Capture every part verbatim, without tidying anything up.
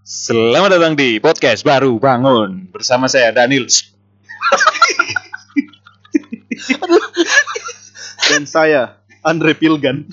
Selamat datang di podcast Baru Bangun bersama saya Daniel dan saya Andre Pilgan.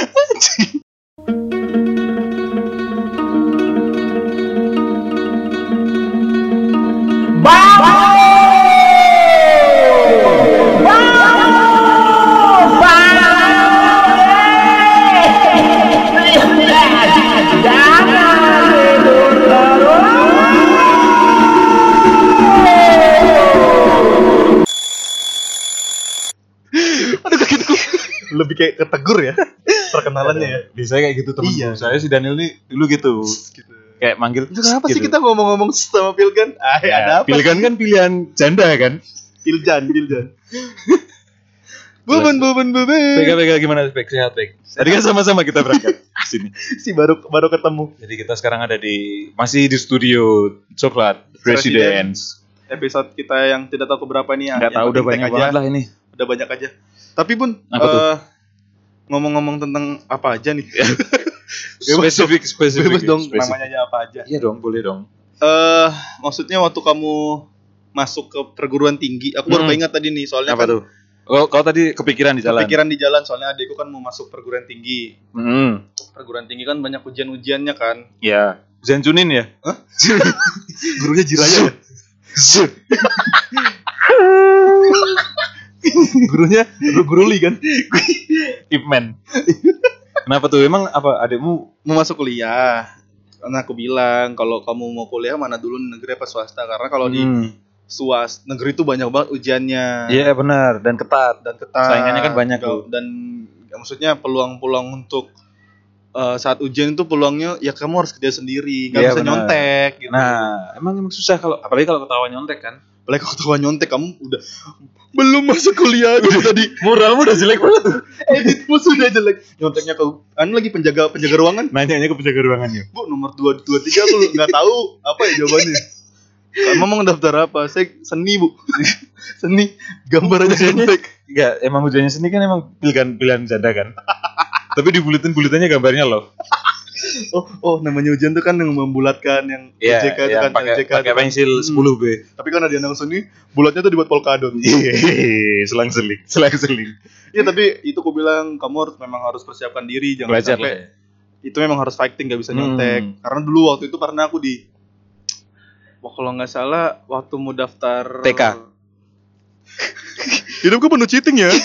Lebih kayak ketegur ya perkenalannya ya. Bisa kayak gitu teman. Iya. Saya si Daniel nih dulu gitu. Gitu. Kayak manggil. Kenapa gitu. sih kita ngomong-ngomong sama Pilgan? Ah, Ya, ada apa? Pilgan kan pilihan janda kan. Piljan, Piljan. Buben, buben, buben. Pega-pega gimana Peg? Sehat Peg? Tadi kan sama-sama kita berangkat ke sini. Si baru baru ketemu. Jadi kita sekarang ada di masih di studio Coklat Residence. Episode kita yang tidak tahu keberapa nih ya. Enggak Yang tahu udah penting banyak tag aja. banget lah ini. Udah banyak aja. Tapi Bun, Apa tuh? eh, ngomong-ngomong tentang apa aja nih? Spesifik spesifik. Bebas dong, spesifik. namanya aja apa aja. Iya dong, boleh dong. Eh, maksudnya waktu kamu masuk ke perguruan tinggi, aku baru Hmm. keingat tadi nih, soalnya Apa kan tuh? Kau, kau tadi kepikiran di jalan. kepikiran di jalan, soalnya adikku kan mau masuk perguruan tinggi. Hmm. Perguruan tinggi kan banyak ujian-ujiannya kan. Ya. Zancunin ya? Hah? Gurunya Jiraya. Gurunya guru guruli kan. Ipman. Kenapa tuh? Emang apa adikmu? Mau masuk kuliah. Karena aku bilang kalau kamu mau kuliah mana dulu negeri apa swasta, karena kalau di Hmm. swasta negeri itu banyak banget ujiannya. Iya benar dan ketat. Dan ketat. Saingannya kan banyak dan, tuh. dan ya, maksudnya peluang-peluang untuk uh, saat ujian itu peluangnya ya kamu harus kerja sendiri, nggak Iya, bisa benar. nyontek gitu. Nah, emang emang susah kalau apalagi kalau ketahuan nyontek kan. Apalagi kalau ketahuan nyontek kamu udah belum masuk kuliah gitu tadi. Moralmu udah jelek banget tuh. Editmu sudah jelek. Nyonteknya ke anu lagi penjaga penjaga ruangan. Nanyanya ke penjaga ruangannya. Bu, nomor dua dua tiga aku nggak tahu apa ya jawabannya. Kamu mau daftar apa? Saya seni, Bu. Seni, gambar aja nyontek. Enggak, emang ujiannya seni kan emang pilihan pilihan janda kan. Tapi di buletin-buletinnya gambarnya loh. Oh, oh namanya ujian tuh kan yang membulatkan yang O J K itu iya, kan pakai O J K pakai itu kan. pensil Hmm. sepuluh B. Tapi kan ada yang seni, bulatnya tuh dibuat polkadot. Iya, selang-seling, selang-seling. Iya, tapi itu aku bilang kamu harus memang harus persiapkan diri, jangan Belajar sampai lah. ya. itu memang harus fighting, gak bisa Hmm. nyontek. Karena dulu waktu itu pernah aku di wah kalau nggak salah waktu mau daftar T K. Hidupku penuh cheating ya.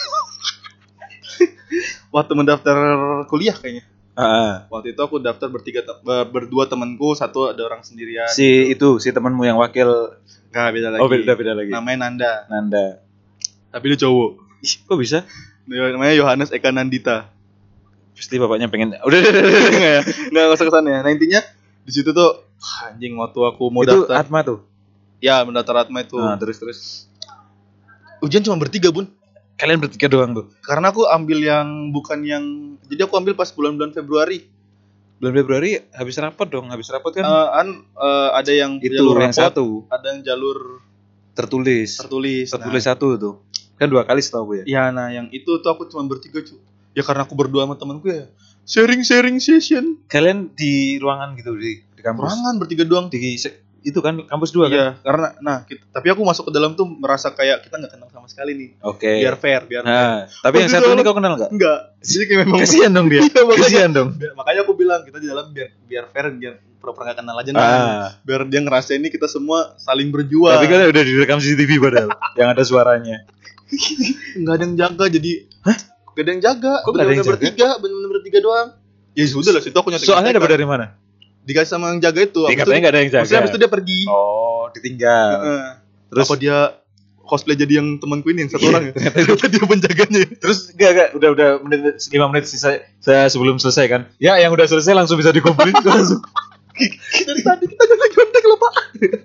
Waktu mendaftar kuliah kayaknya. Heeh. Waktu itu aku daftar bertiga te- ber- berdua temanku, satu ada orang sendirian. Si itu si temanmu yang wakil. Nggak beda lagi. Oh, beda-beda lagi. Namanya Nanda. Nanda. Tapi dia cowok. Ih, kok bisa? Dia namanya Yohanes Eka Nandita. Pasti bapaknya pengen. Udah, udah, udah, udah. Nggak ya? Nggak usah kesana ya. Nah intinya di situ tuh ah, anjing waktu aku mau Itu daftar. Atma tuh. Ya mendaftar Atma itu. Nah, terus terus. Ujian cuma bertiga Bun. Kalian bertiga doang tuh. Karena aku ambil yang bukan yang. Jadi aku ambil pas bulan-bulan Februari. Bulan Februari habis rapat dong, habis rapat kan. Eh, an eh, ada yang itu jalur yang rapot, satu ada yang jalur tertulis. tertulis. Tertulis satu tuh. Kan dua kali setahu gue ya. Nah, ya nah yang itu tuh aku cuma bertiga cu. Ya karena aku berdua sama temanku ya. Sharing-sharing session. Kalian di ruangan gitu di di kampus. Ruangan bertiga doang. Di se- itu kan kampus dua kan. Iya, karena nah kita, tapi aku masuk ke dalam tuh merasa kayak kita nggak kenal sama sekali nih. Oke. Biar fair, biar fair. Nah, tapi yang Waktu satu itu ini aku- kau kenal enggak? Enggak. Jadi kayak memang Kasihan dong dia. Iya, makanya- Kasihan dong. Biar- makanya aku bilang kita di dalam biar biar fair, biar pura-pura nggak kenal aja nah. Ah. Biar dia ngerasa ini kita semua saling berjuang. Tapi kan udah direkam C C T V padahal yang ada suaranya. nggak ada yang jaga jadi hah? Gak ada yang jaga. Kok nggak ada yang Bener-bener jaga? bertiga, benar-benar bertiga doang. Ya sudah lah, situ aku nyontek. Soalnya dapat dari mana? dikasih sama yang jaga itu. Dia Habis katanya itu- enggak ada yang jaga. Maksudnya habis itu dia pergi. Oh, ditinggal. Heeh. Terus Apa dia cosplay jadi yang temanku ini yang satu orang ya? Ternyata dia penjaganya. terus enggak enggak udah udah menit lima menit sisa saya sebelum selesai kan. Ya, yang udah selesai langsung bisa dikumpulin langsung. Dari tadi kita nyontek-nyontek loh Pak.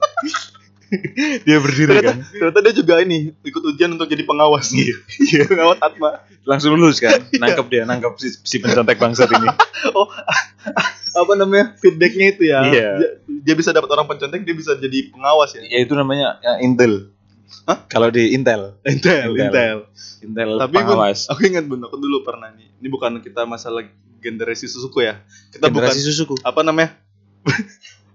Dia berdiri Ternyata, kan. ternyata dia juga ini ikut ujian untuk jadi pengawas. Iya, pengawas Atma. Langsung lulus kan. Nangkep dia, nangkep si, si pencontek bangsat ini. Oh, apa namanya? Feedbacknya itu ya. Iya. Dia, dia bisa dapat orang pencontek, dia bisa jadi pengawas ya. Ya itu namanya ya, Intel. Hah? Kalau di Intel. Intel, Intel. Intel. Intel Tapi Bun, pengawas. aku ingat Bun, aku dulu pernah nih. Ini bukan kita masalah generasi susuku ya. Kita Generasi bukan susuku. apa namanya?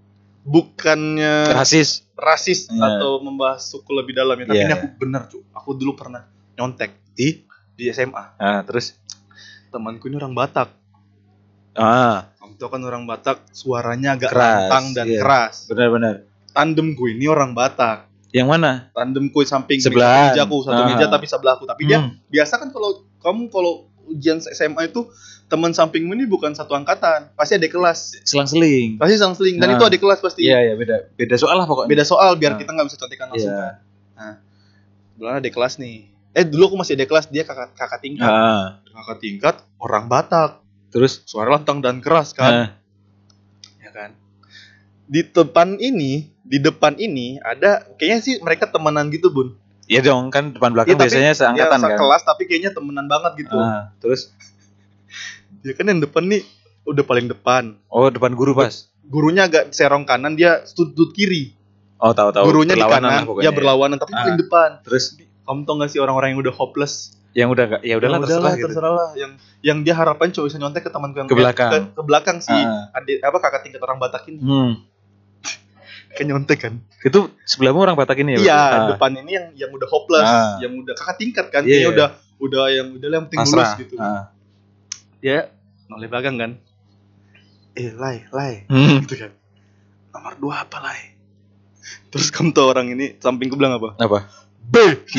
bukannya Rasis. rasis Iya. atau membahas suku lebih dalam ya, tapi Iya. ini aku bener cuy. Aku dulu pernah nyontek di di S M A. Ah, terus Temanku ini orang Batak. ah, Kamu tahu kan orang Batak suaranya agak Keras, lantang dan iya. keras. benar-benar. Tandemku ini orang Batak. Yang mana? Tandemku samping Sebelahan. mejaku satu Ah. meja tapi sebelahku. Tapi dia Hmm. biasa kan kalau kamu kalau ujian S M A itu teman sampingmu ini bukan satu angkatan, pasti ada kelas. Selang-seling. Pasti selang-seling dan Ah. itu ada kelas pasti. Iya, iya beda. Beda soal lah pokoknya. Beda soal biar Ah. kita nggak bisa contekan langsung Iya. kan. Nah, bulan ada kelas nih. Eh dulu aku masih ada kelas, dia kakak kakak tingkat. Ah, Kakak tingkat orang Batak. terus Suara lantang dan keras kan. ah, Ya kan. Di depan ini, di depan ini ada kayaknya sih mereka temenan gitu, Bun. ya dong kan depan belakang Iya, tapi- biasanya seangkatan ya, kan. kelas tapi kayaknya temenan banget gitu. Ah, terus Dia kan yang depan nih udah paling depan. oh depan guru pas. Gurunya agak serong kanan, dia sudut kiri. Oh, tahu-tahu. Gurunya di Berlawanan kanan, lah pokoknya. ya berlawanan tapi Ah. paling depan. Terus Kamu tau gak sih orang-orang yang udah hopeless? yang udah enggak ya udahlah Yang terserah gitu. terserah lah. Yang yang dia harapan cuma bisa nyontek ke temanku yang Ke belakang. ke, ke belakang si Ah. adik apa kakak tingkat orang Batak ini. Hmm. Kayak nyontek kan. Itu sebelahmu orang Batak ini ya? Iya, berarti? Ah. depan ini yang yang udah hopeless, Ah. yang udah kakak tingkat kan, Iya, kayaknya iya. udah udah yang udah yang penting lulus Pasrah. gitu. Ah. Dia noleh belakang kan. Eh, Lai, Lai, Hmm. gitu kan. Nomor dua apa, Lai? Terus kamu tau orang ini sampingku bilang apa? Apa? B.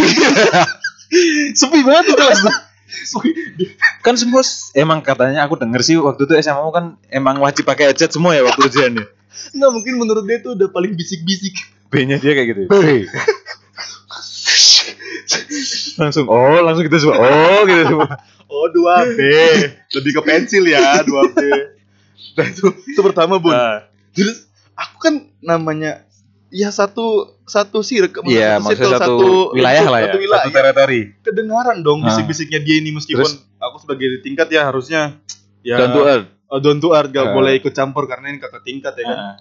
Sepi banget tuh kelas tuh. Kan semua s- emang katanya aku denger sih waktu itu S M A mu kan emang wajib pakai headset semua ya waktu ujiannya. Nggak, mungkin menurut dia itu udah paling bisik-bisik. B-nya dia kayak gitu. B. langsung oh, langsung kita semua. Oh, gitu semua. Oh, dua B. Lebih ke pensil ya, dua B. Nah, itu, itu pertama, Bun. Ah. Terus aku kan namanya ya satu satu sirkel, Iya, maksudnya satu wilayah lah ya. satu wilayah. Satu teritori. Kedengaran dong Ah. bisik-bisiknya dia ini meskipun Terus? aku sebagai tingkat ya harusnya ya Dan to earth. oh, down to earth gak Ah. boleh ikut campur karena ini kakak tingkat ya kan. Ah.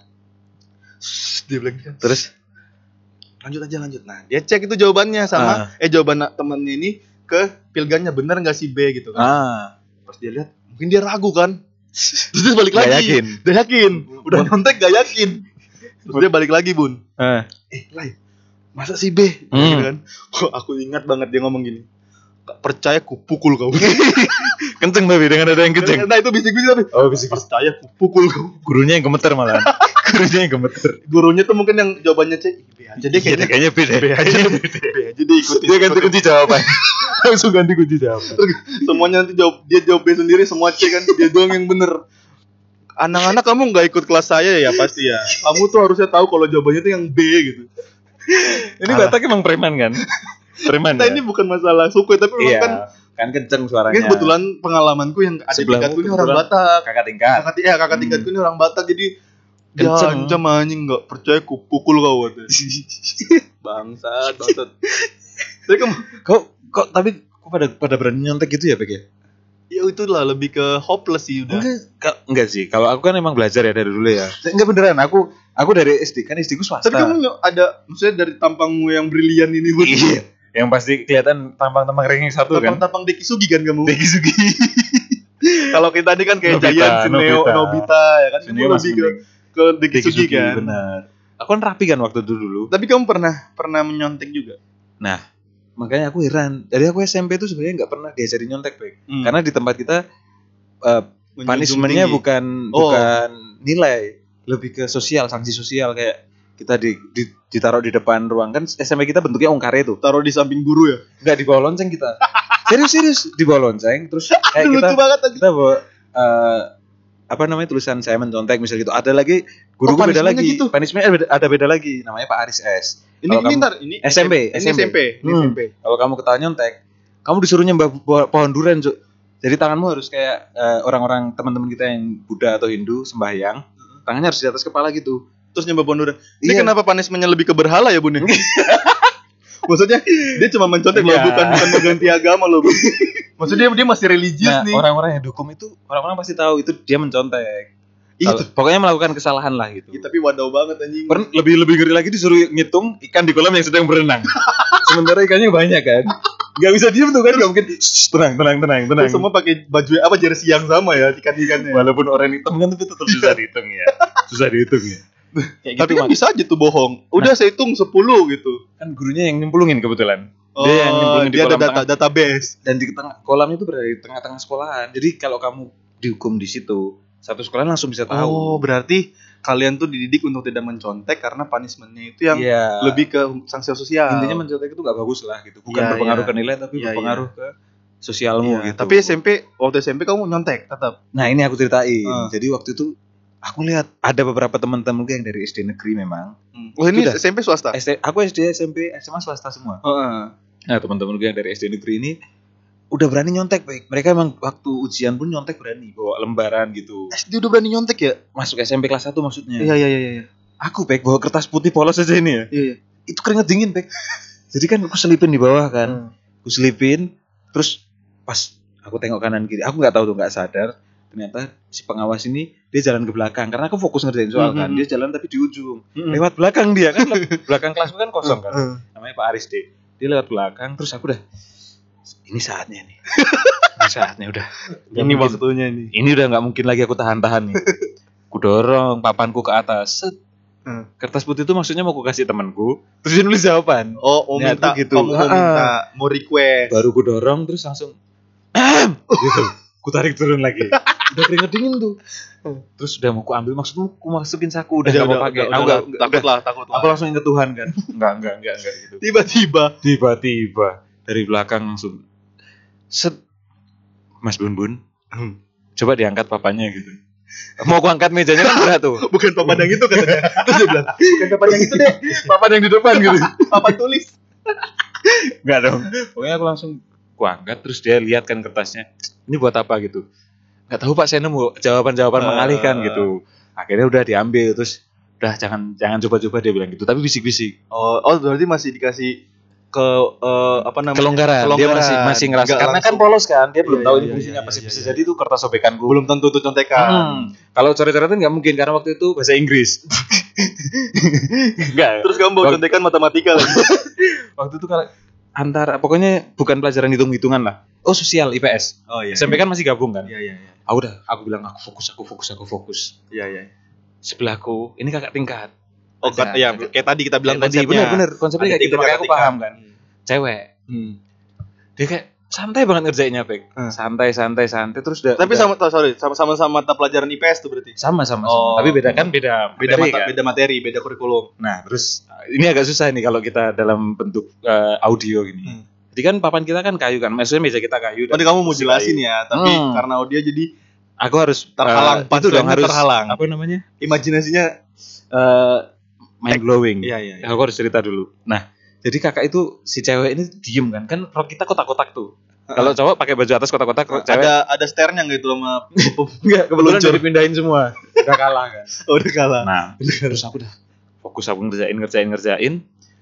Shh, dia bilang gitu. Terus Lanjut aja lanjut. Nah, dia cek itu jawabannya sama Ah. eh jawaban temennya ini ke pilgannya bener nggak sih B gitu kan. ah, Pas dia lihat mungkin dia ragu kan. Terus dia balik Nggak lagi. yakin. Udah yakin. Udah nyontek gak yakin. Terus dia balik lagi, Bun. ah. Eh, Lai, masa sih B? Hmm. Gitu kan. Kok aku ingat banget dia ngomong gini. Gak percaya ku pukul kau. Kenceng tapi dengan ada yang kenceng. Nah, itu bisik-bisik tapi. Oh, bisik. Percaya ku pukul kau. Gurunya yang gemeter malah. Gurunya yang gemeter. Gurunya tuh mungkin yang jawabannya C. B aja deh Iya, kayaknya. kayaknya beda. B aja deh. B aja deh ikuti. Dia ganti kunci jawaban. Langsung ganti kunci jawaban. Semuanya nanti jawab dia jawab B sendiri semua C kan. Dia doang yang bener. Anak-anak kamu nggak ikut kelas saya ya pasti ya. Kamu tuh harusnya tahu kalau jawabannya tuh yang B gitu. Ini Alah. Batak emang preman kan? Preman. Nah ya? ini bukan masalah suku tapi memang Iya. kan Kan kenceng suaranya. ini kebetulan pengalamanku yang ada Sebelahmu tingkatku ini orang kebetulan Batak. kakak tingkat. Kakak ti- ya kakak Hmm. tingkatku ini orang Batak jadi Kenceng. ya jam anjing nggak percaya ku pukul kau katanya. Bangsat, bangsat. Tapi kamu Kok kok tapi kok pada pada berani nyontek gitu ya, Bek ya? ya itulah lebih ke hopeless sih udah. Enggak, ka- enggak sih. Kalau aku kan emang belajar ya dari dulu ya. Enggak beneran, aku aku dari S D kan S D ku swasta. Tapi kamu nggak ada maksudnya dari tampangmu yang brilian ini Bun. Iya. Yang pasti kelihatan tampang-tampang ranking satu kan. Tampang-tampang Deki Sugi kan kamu. Deki Sugi. Kalau kita ini kan kayak Nobita, Giant, Sineo, Nobita. Nobita ya kan. Sineo Kamu masih lebih ke mending. ke Deki, Deki Sugi, Sugi kan. benar. Aku kan rapi kan waktu itu dulu. Tapi kamu pernah pernah menyontek juga? Nah, makanya aku heran. Dari aku S M P itu sebenarnya nggak pernah diajarin nyontek, Bek. Hmm. Karena di tempat kita uh, Menjunjung punishment-nya tinggi. bukan Oh. bukan nilai, lebih ke sosial, sanksi sosial kayak kita di, di ditaruh di depan ruang kan S M P kita bentuknya ongkare tuh. Taruh di samping guru ya. Enggak di bawah lonceng kita. Serius serius di bawah lonceng terus kayak Aduh, kita lucu banget aja. kita bawa eh, apa namanya tulisan saya mencontek misal gitu. Ada lagi guru Oh, beda punishment-nya lagi. gitu? Punishment ada, ada beda lagi namanya Pak Aris S. Ini Kalau ini kamu- ntar ini S M P, ini S M P. S M P, ini Hmm. S M P. Kalau kamu ketahuan nyontek, kamu disuruh nyembah po- pohon durian, Cuk. Jadi tanganmu harus kayak eh, orang-orang teman-teman kita yang Buddha atau Hindu sembahyang, tangannya harus di atas kepala gitu. Terus nyembah pohon durian. Ini Iya. kenapa punishment-nya lebih ke berhala ya, Bun? ya? Maksudnya dia cuma mencontek loh, Iya. bukan bukan mengganti agama loh, Bun. Maksudnya dia, dia masih religius Nah, nih. orang-orang yang dukung itu, orang-orang pasti tahu itu dia mencontek. Iya, Kalau- pokoknya melakukan kesalahan lah gitu. Iya, tapi wadau banget anjing. Per- lebih lebih ngeri lagi disuruh ngitung ikan di kolam yang sedang berenang. Sementara ikannya banyak kan. Gak bisa diem tuh kan, gak mungkin. "Shh, tenang, tenang, tenang, tenang. Terus semua pakai baju apa jersey yang sama ya, ikan-ikannya. Walaupun orang hitam kan tapi tetap susah dihitung ya. Susah dihitung ya. Kayak Tapi gitu, kan Mak. bisa aja tuh bohong. Udah saya hitung sepuluh gitu. Kan gurunya yang nyemplungin kebetulan. Oh, Dia yang nyemplungin di dia ada kolam data tengah. database. Dan di tengah kolam itu berada di tengah-tengah sekolahan. Jadi kalau kamu dihukum di situ, satu sekolahan langsung bisa tahu. Oh, berarti kalian tuh dididik untuk tidak mencontek karena punishment-nya itu yang Iya. lebih ke sanksi sosial. Intinya mencontek itu gak bagus lah gitu. Bukan Iya, berpengaruh iya. ke nilai tapi Iya, berpengaruh ke sosialmu Iya, gitu. tapi S M P waktu S M P kamu nyontek tetap. Nah, ini aku ceritain. Ah. Jadi waktu itu aku lihat ada beberapa teman-teman yang dari S D negeri memang. Hmm. Oh, ini Sudah. S M P swasta. S D, aku S D, S M P, S M A swasta semua. Heeh. Nah, teman-teman gue yang dari S D negeri ini udah berani nyontek, baik. Mereka emang waktu ujian pun nyontek berani, bawa lembaran gitu. S D udah berani nyontek ya? Masuk S M P kelas satu maksudnya. Iya, iya, iya, iya. Aku, baik, bawa kertas putih polos aja ini ya. Iya, iya. Itu keringet dingin, baik. Jadi kan aku selipin di bawah kan. Hmm. Aku selipin, terus pas aku tengok kanan kiri, aku nggak tahu tuh, nggak sadar. Ternyata si pengawas ini dia jalan ke belakang karena aku fokus ngerjain soal kan. Mhm. Dia jalan tapi di ujung. Mhm. Lewat belakang dia kan. Belakang kelasku kan kosong kan. Heeh. Namanya Pak Aris D. Dia lewat belakang terus aku udah ini saatnya nih. Ini saatnya udah. Nggak Ini mungkin- waktunya nih. Ini udah nggak mungkin lagi aku tahan-tahan nih. Ku dorong papanku ke atas. Set. Hmm. Kertas putih itu maksudnya mau ku kasih temanku, terus dia nulis jawaban. Oh, mau Niatku minta gitu. kamu mau Ah. minta, mau request. Baru ku dorong terus langsung gitu. Ku tarik turun lagi. Udah keringet dingin tuh. Terus udah mau ku ambil, maksudmu ku masukin saku udah Udah, nggak mau udah, pakai. udah, Aku udah, nggak- takut lah, takut lah. Aku langsung inget Tuhan kan. Enggak, enggak, enggak, enggak gitu. Tiba-tiba. Tiba-tiba dari belakang langsung set, Mas Bun Bun, Hmm. coba diangkat papanya gitu. Mau aku angkat mejanya kan berat tuh. Bukan papan yang itu katanya. Terus dia bilang, bukan papan yang itu deh, Papan yang di depan gitu. papan tulis. Enggak dong. Pokoknya aku langsung kuangkat terus dia lihat kan kertasnya. Ini buat apa gitu. Enggak tahu Pak, saya nemu jawaban-jawaban Uh. mengalihkan gitu. Akhirnya udah diambil terus udah jangan jangan coba-coba dia bilang gitu, tapi bisik-bisik. Oh, oh berarti masih dikasih ke eh, apa namanya? Kelonggaran. Dia Kelonggaran. masih masih ngerasa Nggak karena kan langsung. polos kan, dia belum Iya, tahu iya, ini iya, fungsinya iya, apa sih. iya, Bisa iya. jadi itu kertas sobekanku. Belum tentu itu contekan. Hmm. Kalau coret-coretan nggak mungkin karena waktu itu bahasa Inggris. Enggak. Terus kamu bawa Wak- contekan matematika lagi. Waktu itu kalau antara pokoknya bukan pelajaran hitung-hitungan lah. Oh, sosial I P S. Oh iya. S M P kan masih gabung kan. Iya, iya, iya. Aku udah aku bilang aku fokus, aku fokus, aku fokus. Iya, iya. Sebelahku ini kakak tingkat. Oh, Ada- kan ya ada- kayak tadi kita bilang Kayak tadi, konsepnya. bener-bener konsepnya Ada kayak gitu tingkat, makanya ada aku tingkat. paham kan. Cewek. Hmm. Dia kayak santai banget ngerjainnya, Pek. Hmm. Santai, santai, santai terus udah. Tapi udah- sama sorry, sama-sama sama mata pelajaran I P S tuh berarti. sama sama, sama. Oh. Tapi beda kan beda Beda materi mata, kan? beda materi, beda kurikulum. Nah, terus ini agak susah nih kalau kita dalam bentuk eh, audio gini. Hmm. Jadi kan papan kita kan kayu kan, maksudnya meja kita kayu. Tadi kamu mau jelasin ya, tapi Hmm. karena audio jadi Aku harus terhalang, eh, itu dong punchline-nya harus terhalang. apa namanya? imajinasinya Eh mind blowing. iya iya. iya. Aku harus cerita dulu. Nah, jadi kakak itu si cewek ini diem kan, kan rok kita kotak-kotak tuh. Kalau cowok pakai baju atas kotak-kotak, kalau cewek Ada ada sternya nggak itu sama enggak, kebetulan Meluncur. udah dipindahin semua. Udah kalah kan. oh, udah kalah. Nah, terus aku udah fokus aku ngerjain ngerjain ngerjain.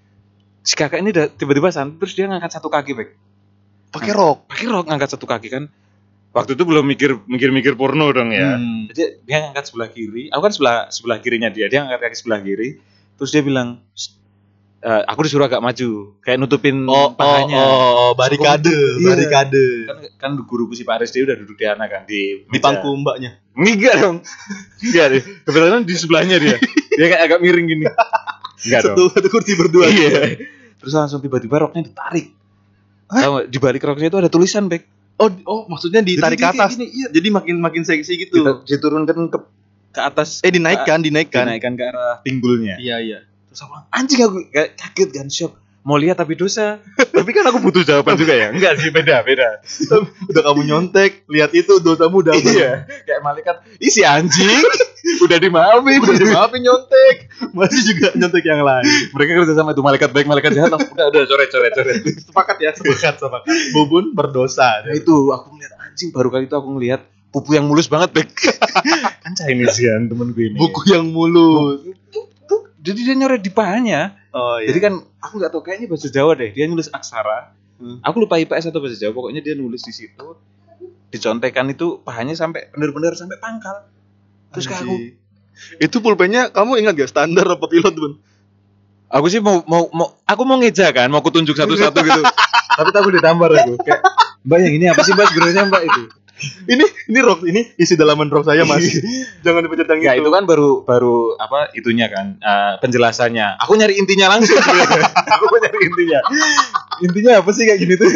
Si kakak ini udah tiba-tiba santai terus dia ngangkat satu kaki, Bek. Pakai rok. Pakai rok ngangkat satu kaki kan. Waktu itu belum mikir mikir-mikir porno dong ya. Hmm. Jadi dia ngangkat sebelah kiri, aku kan sebelah sebelah kirinya dia, dia ngangkat kaki sebelah kiri. Terus dia bilang, "Eh, aku disuruh agak maju, kayak nutupin Oh, oh, pahanya." oh, barikade, Iya. barikade. Kan kan guruku si Pak Aris dia udah duduk di sana kan di Di meja. pangku mbaknya. Enggak dong. Enggak deh. Kebetulan di sebelahnya dia. Dia kayak agak miring gini. Enggak dong. Satu satu kursi berdua. Iya. Terus langsung tiba-tiba roknya ditarik. Tahu nggak? Di balik roknya itu ada tulisan, Bek. Oh, oh, maksudnya ditarik Jadi ke dia kayak atas. gini, iya. Jadi makin makin seksi gitu. Kita diturunkan ke ke atas. Eh dinaikkan, dinaikkan. Dinaikkan ke arah pinggulnya. Iya, iya. Terus aku bilang, anjing aku kayak kaget kan, shock. Mau lihat tapi dosa. Tapi kan aku butuh jawaban juga ya. Enggak sih, beda, beda. Udah kamu nyontek, lihat itu dosamu udah Iya, kayak malaikat, isi anjing. Udah dimaafin. udah dimaafin nyontek. Masih juga nyontek yang lain. Mereka kerja sama itu malaikat baik, malaikat jahat. Langsung, udah, udah, coret, coret, coret. Sepakat ya, sepakat, sepakat. Bubun berdosa. Nah itu aku ngeliat anjing, baru kali itu aku ngeliat pupu yang mulus banget, Bek. Kan Chinese kan temen gue ini. Buku yang mulus. Jadi dia nyoret di pahanya. Oh iya. Jadi kan aku nggak tahu, kayaknya bahasa Jawa deh. Dia nulis aksara. Hmm. Aku lupa I P S atau bahasa Jawa. Pokoknya dia nulis di situ. Dicontekan itu pahanya sampai benar-benar sampai pangkal. Terus kayak aku, Anjing. Itu pulpennya kamu ingat gak standar apa pilot, Bun? aku sih mau mau mau aku mau ngeja kan, mau kutunjuk satu-satu gitu. Tapi aku ditampar aku. Kayak, Mbak yang ini apa sih Mbak sebenarnya Mbak itu? ini ini rok ini isi dalaman rok saya mas. Jangan dipencet yang Ya itu. itu kan baru baru apa itunya kan uh, penjelasannya. Aku nyari intinya langsung. Aku nyari intinya. Intinya apa sih kayak gini tuh?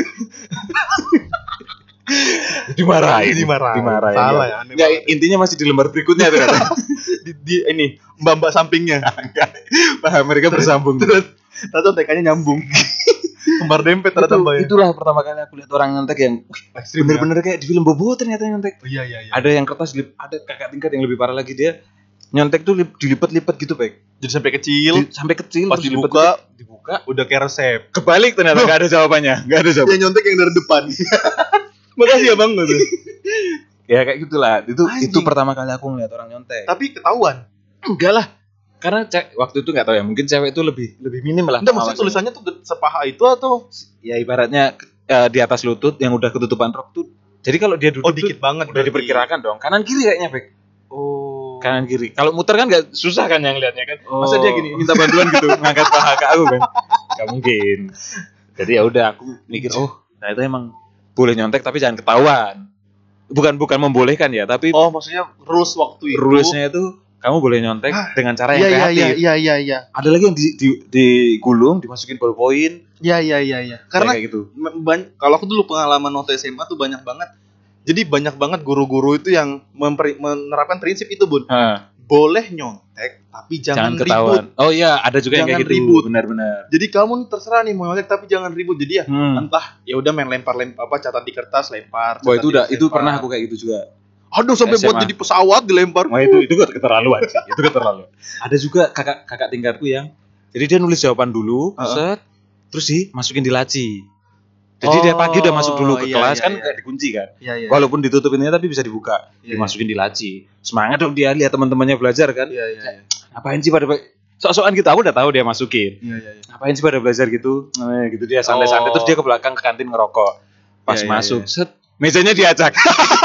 Dimarahin, Dimarahin. dimarahin. Salah ya, aneh Nggak, banget. intinya masih di lembar berikutnya ternyata. di, di ini mbak-mbak sampingnya. Paham, mereka bersambung. Terus ternyata T K-nya nyambung. Kembar dempet ternyata Itu, mbak ya. itulah pertama kali aku lihat orang nyontek yang Ekstrim, bener-bener kayak di film Bobo ternyata nyontek. Oh, iya iya iya. Ada yang kertas dilip, ada kakak tingkat yang lebih parah lagi, dia nyontek tuh lip, dilipat-lipat gitu, Pak. Jadi sampai kecil, Di- sampai kecil pas terus dibuka, dilipat-lipat, dibuka udah kayak resep. kebalik ternyata nggak ada jawabannya, nggak ada jawaban. Dia nyontek yang dari depan. Makasih ya bang. Gitu. Ya kayak gitulah. Itu Anjing. itu pertama kali aku ngeliat orang nyontek. Tapi ketahuan. Enggak lah. Karena cek waktu itu nggak tahu ya, mungkin cewek itu lebih lebih minim lah. Enggak, maksudnya pengawasannya. tulisannya tuh sepaha itu atau Ya ibaratnya eh, di atas lutut yang udah ketutupan rok tuh. Jadi kalau dia duduk oh tuh dikit banget udah berarti. diperkirakan dong. Kanan kiri kayaknya, Bek. Oh. Kanan kiri. Kalau muter kan nggak susah kan yang lihatnya kan. Oh. Masa dia gini minta bantuan gitu ngangkat paha ke aku kan. Gak mungkin. Jadi ya udah aku mikir, oh, nah itu emang boleh nyontek tapi jangan ketahuan. Bukan bukan membolehkan ya, tapi Oh, maksudnya rules waktu itu. rulesnya itu kamu boleh nyontek Ah, dengan cara yang Iya iya kreatif. iya iya iya iya. Ada lagi yang di, di, digulung, dimasukin ballpoint, Iya iya iya iya. Karena kayak gitu. ban- kalau aku dulu pengalaman waktu S M A tuh banyak banget. Jadi banyak banget guru-guru itu yang memperi- menerapkan prinsip itu, Bun. Hah, Boleh nyontek tapi jangan, jangan, ketahuan. ribut. Oh iya, ada juga yang Jangan kayak gitu. ribut. Benar-benar. Jadi kamu nih terserah nih mau nyontek tapi jangan ribut. Jadi ya Hmm. entah ya udah main lempar-lempar apa catat di kertas lempar. Wah, catat itu di udah kertas, itu lempar. pernah aku kayak gitu juga. Aduh sampai S M A. buat jadi pesawat dilempar. Wah, itu itu keterlaluan sih. Itu keterlaluan. Ada juga kakak kakak tingkatku yang jadi dia nulis jawaban dulu, Heeh. set, terus dimasukin di laci. Jadi dia pagi udah masuk dulu ke iya, kelas iya, kan iya. nggak dikunci kan. Iya iya. Walaupun ditutup ini tapi bisa dibuka. Iya, Dimasukin di laci. Semangat dong dia lihat teman-temannya belajar kan. Iya iya iya. Ngapain sih pada sok-sokan gitu, aku udah tahu dia masukin. Iya iya. iya. Ngapain sih pada belajar gitu? Nah, gitu dia santai-santai Oh. terus dia ke belakang ke kantin ngerokok. Pas Iya, iya, masuk, iya. set, mejanya diacak.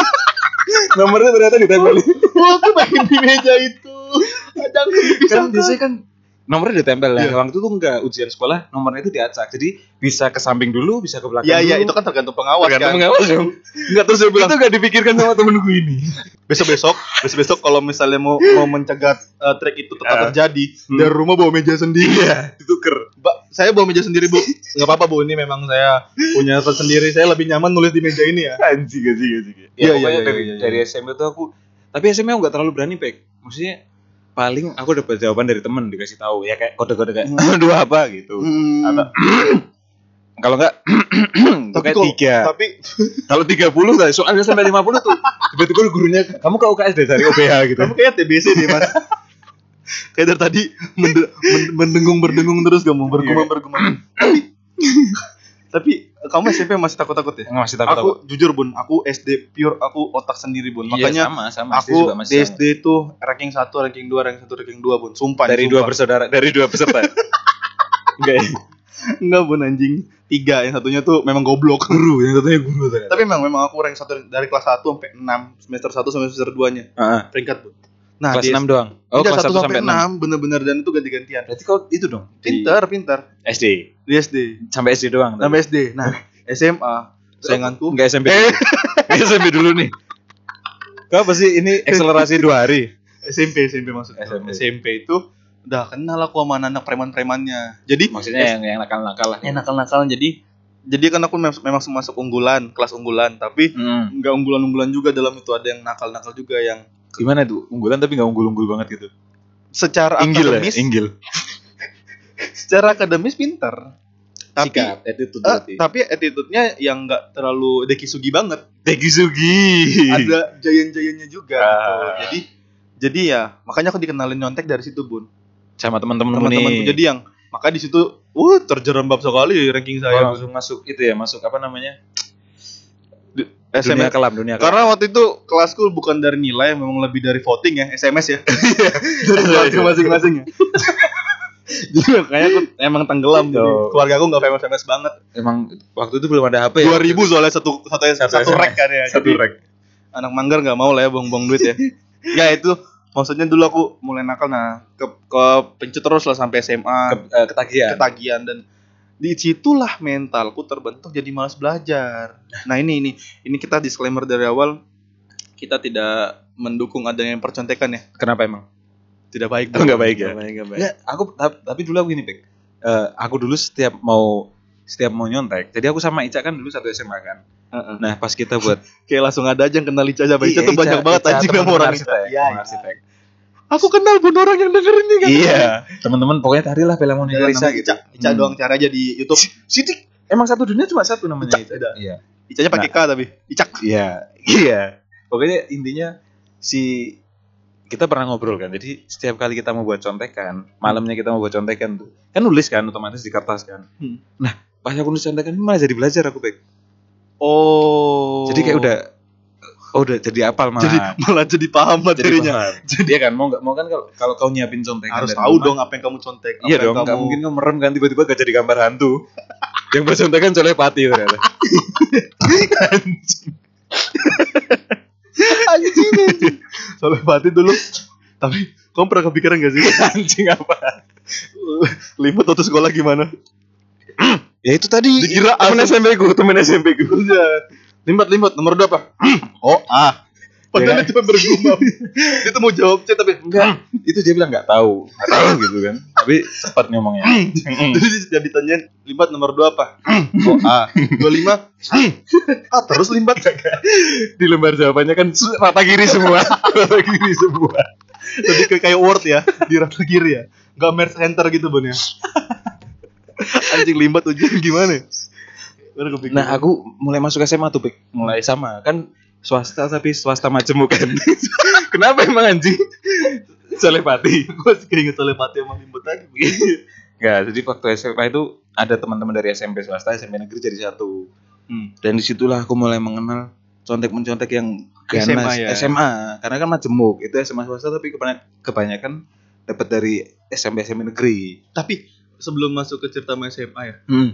Nomornya ternyata ditempelin. Wah, aku main di meja itu. Jangan Kan dipisahkan. biasanya kan nomornya ditempel ya. Iya. Waktu itu enggak ujian sekolah, nomornya itu diacak. Jadi bisa ke samping dulu, bisa ke belakang Iya iya dulu. itu kan tergantung pengawas Tergantung kan. pengawas dong. Enggak terus dia bilang Itu enggak dipikirkan sama temenku ini. besok-besok, besok-besok kalau misalnya mau mau mencegat uh, trik itu tetap Ah. terjadi, Hmm. dari rumah bawa meja sendiri. Iya, dituker. Mbak, saya bawa meja sendiri, Bu. Enggak apa-apa, Bu. Ini memang saya punya set sendiri. Saya lebih nyaman nulis di meja ini ya. Anjing, anjing, anjing. Iya, Ya, iya, pokoknya iya, dari, iya, iya. dari S M P itu aku, tapi S M P aku enggak terlalu berani, Pek. Maksudnya paling aku dapat jawaban dari temen dikasih tahu ya kayak kode-kode kayak dua apa gitu. Atau kalau enggak itu kayak kalau- tiga. Tapi Kalau tiga puluh lah, soalnya sampai lima puluh tuh tiba-tiba gurunya kamu ke U K S deh dari O B H gitu. kamu kayak T B C deh, Mas. Kayak dari tadi mende- men- mendengung berdengung terus kamu bergumam Iya. bergumam. Tapi tapi kamu S M P masih takut-takut ya? Masih takut Aku jujur, Bun, aku S D pure aku otak sendiri, Bun. Makanya sama sama aku di S D tuh ranking satu, ranking dua, ranking satu, ranking dua, Bun. Sumpah. dari sumpah. dua bersaudara, dari dua peserta. Enggak ya? Enggak, Bun, anjing. Tiga, yang satunya tuh memang goblok. Guru, yang satunya guru ternyata. Tapi memang memang aku rank satu dari kelas satu sampai enam, semester satu sampai semester dua-nya. Heeh. Peringkat, Bun. Nah, Kelas di enam doang. Oh, enggak, kelas satu satu sampai sampai enam. enam bener-bener dan itu ganti-gantian. Berarti kau itu dong. di Pintar, pintar. S D. Di S D. Sampai S D doang. Sampai S D. Nah, S M A sainganku Enggak S M P. dulu. S M P dulu nih. Kau apa sih ini akselerasi dua hari? S M P, S M P maksudnya. S M P. S M P itu udah kenal aku sama anak preman-premannya. Jadi Maksudnya yang yang nakal-nakal lah. yang nakal-nakal jadi jadi kan aku mem- memang masuk unggulan, kelas unggulan, tapi Hmm. nggak unggulan-unggulan juga dalam itu, ada yang nakal-nakal juga yang Gimana tuh? Unggulan tapi enggak unggul-unggul banget gitu. secara Inggil ya? akademis, Inggil. secara akademis pintar. Tapi Sikap, attitude eh, berarti. tapi attitude-nya yang nggak terlalu dekisugi banget. Tegi Sugi. Ada giant-giantnya juga Ah. gitu. Jadi jadi ya makanya aku dikenalin nyontek dari situ, Bun. Sama teman-teman Teman-temanku jadi yang maka di situ uh terjerembab sekali ranking saya saya. langsung masuk itu ya, masuk apa namanya? S M Dunia S. kelam, dunia kelam. Karena waktu itu kelasku bukan dari nilai, memang lebih dari voting ya, S M S ya. Dari keluarga masing-masing ya. Jadi makanya aku emang tenggelam. Jadi Oh. keluarga aku nggak famous famous banget. Emang waktu itu belum ada H P ya? Dua ribu soalnya satu satu satu, Satu rek kan ya. Satu Jadi rek. anak manggar nggak mau lah ya buang-buang duit ya. Ya itu maksudnya dulu aku mulai nakal, nah ke ke pencut terus lah sampai S M A Ke, eh, ketagihan. ketagihan dan Di situlah mentalku terbentuk jadi malas belajar. Nah ini ini ini kita disclaimer dari awal, kita tidak mendukung adanya percontekan ya. Kenapa emang? Tidak baik. Oh, nggak baik ya? Nggak baik, nggak baik. Nggak, aku tapi, tapi dulu aku gini, Pek. Uh, aku dulu setiap mau setiap mau nyontek. Jadi aku sama Ica kan dulu satu S M A kan. Uh-uh. Nah, pas kita buat Kayak langsung ada aja yang kenal Ica aja. Ica Iya, tuh banyak Ica- banget Ica anjing teman sama orang arsitek, Ica. Iya, teman iya. arsitek. Aku kenal pun orang yang dengerin nih kan. Iya, teman-teman pokoknya carilah Bella Monica Jangan Lisa nama gitu. Ica, Ica Hmm. doang cari aja di YouTube. Sidik. Emang satu dunia cuma satu namanya Ica, Ica. ada. Iya. Icanya pakai K tapi Icak. Iya, iya. Pokoknya intinya si kita pernah ngobrol kan. Jadi setiap kali kita mau buat contekan, malamnya kita mau buat contekan tuh. Kan nulis kan otomatis di kertas kan. Hmm. Nah, pas aku nulis contekan ini malah jadi belajar aku, Pek. Oh. Jadi kayak udah oh udah jadi apal malah. jadi malah jadi paham Jadi materinya. paham. Jadi ya kan mau nggak mau kan kalau kalau kau nyiapin contekan Harus dari tahu rumah, dong apa yang kamu contek. Iya apa dong, yang nggak kamu... mungkin kamu merem kan tiba-tiba gak jadi gambar hantu. Yang buat contekan colek pati ternyata. anjing anjing. Soalnya Fatih dulu. Tapi kamu pernah kepikiran gak sih? Anjing apa? Limbat waktu sekolah gimana? Ya itu tadi. Dikira temen asem. S M P ku, temen S M P ku. Limbat limbat nomor dua apa? Oh A. Padahal Ya. dia cuma bergumam. Dia tuh mau jawab C tapi Enggak, itu dia bilang nggak tahu, nggak tahu gitu kan. Tapi cepat ngomongnya. Jadi dia ditanyain limbat nomor dua apa? Oh A. dua puluh lima. Ah terus limbat. Di lembar jawabannya kan su- rata kiri semua, rata kiri semua. Lebih ke kayak Word ya, di rata kiri ya. Enggak merge enter gitu Bun ya. Anjing limbat ujian gimana? Baru kepikiran. Nah aku mulai masuk S M A tuh, Pik. Mulai sama kan swasta tapi swasta majemuk kan. Kenapa emang anjing? Solepati. Gue sih keinget telepati sama limbat tadi. Enggak, jadi waktu S M A itu ada teman-teman dari S M P swasta, S M P negeri jadi satu. Hmm. Dan disitulah aku mulai mengenal contek-mencontek yang S M A ganas, ya? S M A. Karena kan majemuk, itu S M A swasta tapi kebanyakan, kebanyakan dapat dari S M P S M P negeri. Tapi sebelum masuk ke cerita S M A ya, Hmm.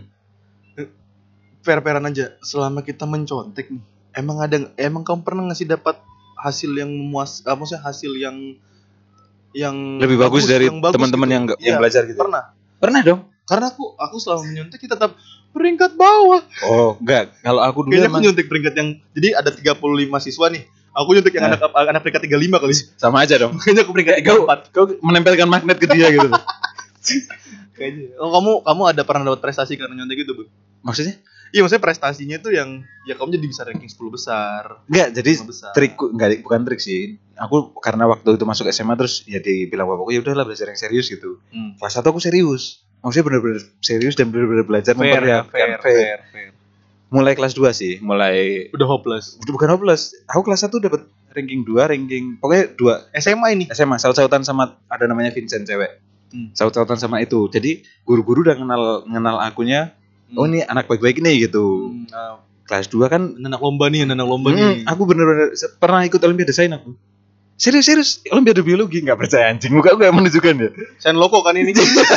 fair-fairan aja. Selama kita mencontek nih, emang ada emang kamu pernah ngasih dapat hasil yang memuas, ah, maksudnya hasil yang yang Lebih bagus dari yang bagus teman-teman gitu. yang nggak- Iya, yang belajar gitu. Pernah. Pernah dong? Karena aku aku selama menyontek tetap peringkat bawah. Oh, enggak. Kalau aku dulu Kayaknya aku emang nyontek peringkat yang jadi ada tiga puluh lima siswa nih. Aku nyontek yang Nah. anak anak peringkat tiga puluh lima kali. sama aja dong. Kayaknya aku peringkat tiga Kau, puluh empat. kau menempelkan magnet ke dia gitu. Kayaknya. Oh, kamu kamu ada pernah dapat prestasi karena nyontek gitu, Bu? Maksudnya? Iya, maksudnya prestasinya itu yang ya kamu jadi bisa ranking sepuluh besar. Enggak, jadi lima besar. trikku enggak bukan trik sih. Aku karena waktu itu masuk S M A terus ya dibilang bapakku ya udahlah belajar yang serius gitu. Hmm. Kelas satu aku serius. Maksudnya benar-benar serius dan benar-benar belajar Fair, ya, memperlihatkan fair, fair. fair, fair. Mulai kelas dua sih, mulai Udah hopeless. bukan hopeless. Aku kelas satu dapat ranking dua, ranking pokoknya dua S M A ini. S M A, saut-sautan sama ada namanya Vincent cewek. Hmm. Saut-sautan sama itu. Jadi guru-guru udah kenal kenal akunya. Oh ini anak baik-baik nih gitu. Hmm, nah, Kelas dua kan anak lomba nih, anak lomba Hmm, nih. aku bener-bener se- pernah ikut Olimpiade Sains aku. Serius-serius, Olimpiade Biologi nggak percaya anjing. Muka gue menunjukkan ya. Sen loko kan ini.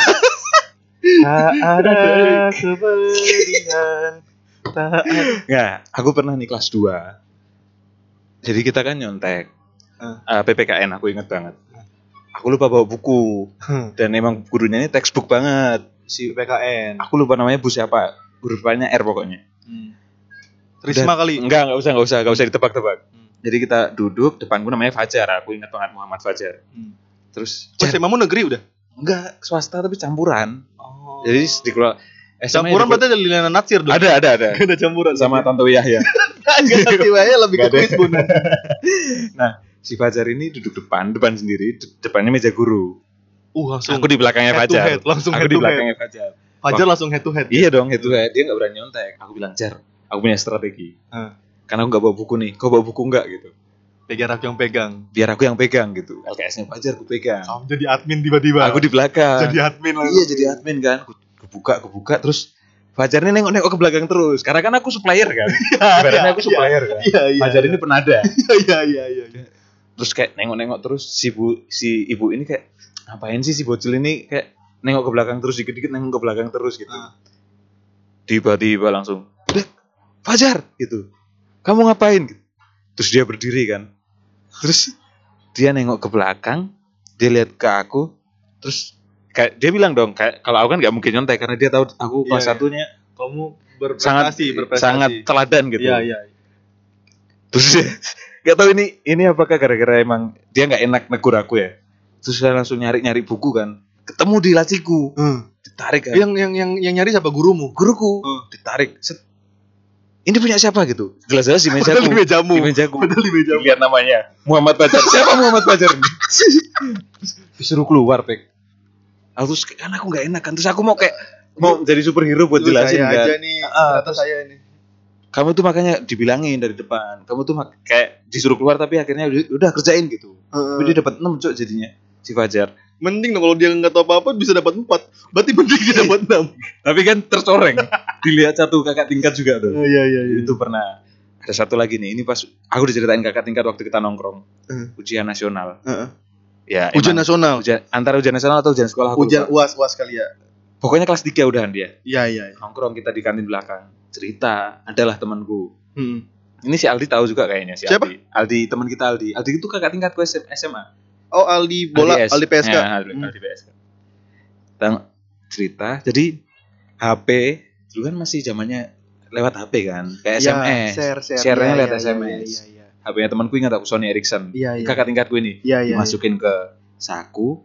Tak ada kepedihan. Tak ada. Nggak, aku pernah nih kelas dua. Jadi kita kan nyontek. Hmm. Eh, P P K N aku inget banget. Aku lupa bawa buku. Dan emang gurunya ini textbook banget. Si P K N. Aku lupa namanya Bu siapa. Guru depannya R pokoknya. Hmm. Risma Udah- kali. Enggak, enggak usah, enggak usah, enggak usah ditebak-tebak. Hmm. Jadi kita duduk, depanku namanya Fajar. Aku ingat banget Muhammad Fajar. Hmm. Terus, Oh, S M A mu negeri udah. enggak, swasta tapi campuran. Oh. Jadi di keluar S M A campuran di- berarti ada Liliana Natsir dong. ada ada ada Ada campuran sama Tante Yahya. Enggak tiba-tiba lebih ke Nggak ada. kuis Bun. Nah, si Fajar ini duduk depan, depan sendiri, de- depannya meja guru. Uh, langsung Aku di belakangnya head to Fajar. head, langsung aku head di to head. belakangnya Fajar. Fajar langsung head to head. Iya dong, itu ya. Dia nggak berani nyontek. Aku bilang, "Jar, aku punya strategi. Hmm. Karena aku nggak bawa buku nih. Kau bawa buku nggak gitu? Biar aku yang pegang. Biar aku yang pegang gitu. L K S-nya Fajar aku pegang. Kamu jadi admin tiba-tiba. Aku di belakang. jadi admin langsung. Iya, jadi admin kan. Aku kebuka, kebuka terus Fajar ini nengok-nengok ke belakang terus. Karena kan aku supplier kan. Ibaratnya aku supplier kan. Iya, iya. Fajar ini penada. Iya, iya, iya, iya. Terus kayak nengok-nengok terus si bu si ibu ini kayak ngapain sih si bocil ini kayak nengok ke belakang terus dikit-dikit nengok ke belakang terus gitu. Ah. Tiba-tiba langsung, "Udah, Fajar," gitu. "Kamu ngapain?" gitu. Terus dia berdiri kan. Terus dia nengok ke belakang, dia lihat ke aku, terus kayak dia bilang dong kayak kalau aku kan nggak mungkin nyontek karena dia tahu aku kelas Iya, iya. satunya Kamu berprestasi, sangat berprestasi. sangat teladan gitu. Iya, iya. Terus dia nggak tahu ini ini apakah gara-gara emang dia nggak enak negur aku ya. Terus saya langsung nyari-nyari buku kan, ketemu di laciku, Hmm. ditarik kan. Yang yang yang yang nyari siapa, gurumu? Guruku Hmm. ditarik. Set. Ini punya siapa gitu? Jelas-jelas di mejaku. Padahal di mejamu. Di mejaku. Padahal di mejamu. Lihat namanya Muhammad Fajar. Siapa Muhammad Fajar ini? Disuruh keluar, Pek. Aku terus kan aku nggak enak kan. Terus aku mau kayak mau jadi superhero buat Lu jelasin saya kan. aja nih, Ah, ternyata saya ini. Kamu tuh makanya dibilangin dari depan. Kamu tuh mak- kayak disuruh keluar tapi akhirnya udah, udah kerjain gitu. Tapi dia dapat enam cok jadinya si Fajar. Mending dong kalau dia nggak tahu apa-apa bisa dapat empat. Berarti mending dia dapat enam. Tapi kan tercoreng. Dilihat satu kakak tingkat juga tuh. Iya iya iya. Itu pernah. Ada satu lagi nih. Ini pas aku diceritain kakak tingkat waktu kita nongkrong. Hmm. Ujian nasional. Heeh. Ya, Ujian emang nasional. ujian, antara ujian nasional atau ujian sekolah aku Ujian lupa. U A S U A S kali ya. Pokoknya kelas tiga udahan dia. Iya iya. iya. Nongkrong kita di kantin belakang. Cerita, adalah temanku. Hmm. Ini si Aldi tahu juga kayaknya si Siapa? Aldi. Aldi teman kita Aldi. Aldi itu kakak tingkatku S M A. Oh Aldi bola, S. Aldi P S K. Ya, Aldi, Hmm. Aldi P S K. Tang- cerita. Jadi H P dulu kan masih zamannya lewat H P kan, kayak Ya, S M S. share, share. Share-nya Iya, lewat iya, S M S. iya, iya, iya. H P-nya temanku ingat aku Sony Ericsson. Iya, iya. Kakak tingkatku ini. Iya, iya. Dimasukin ke saku.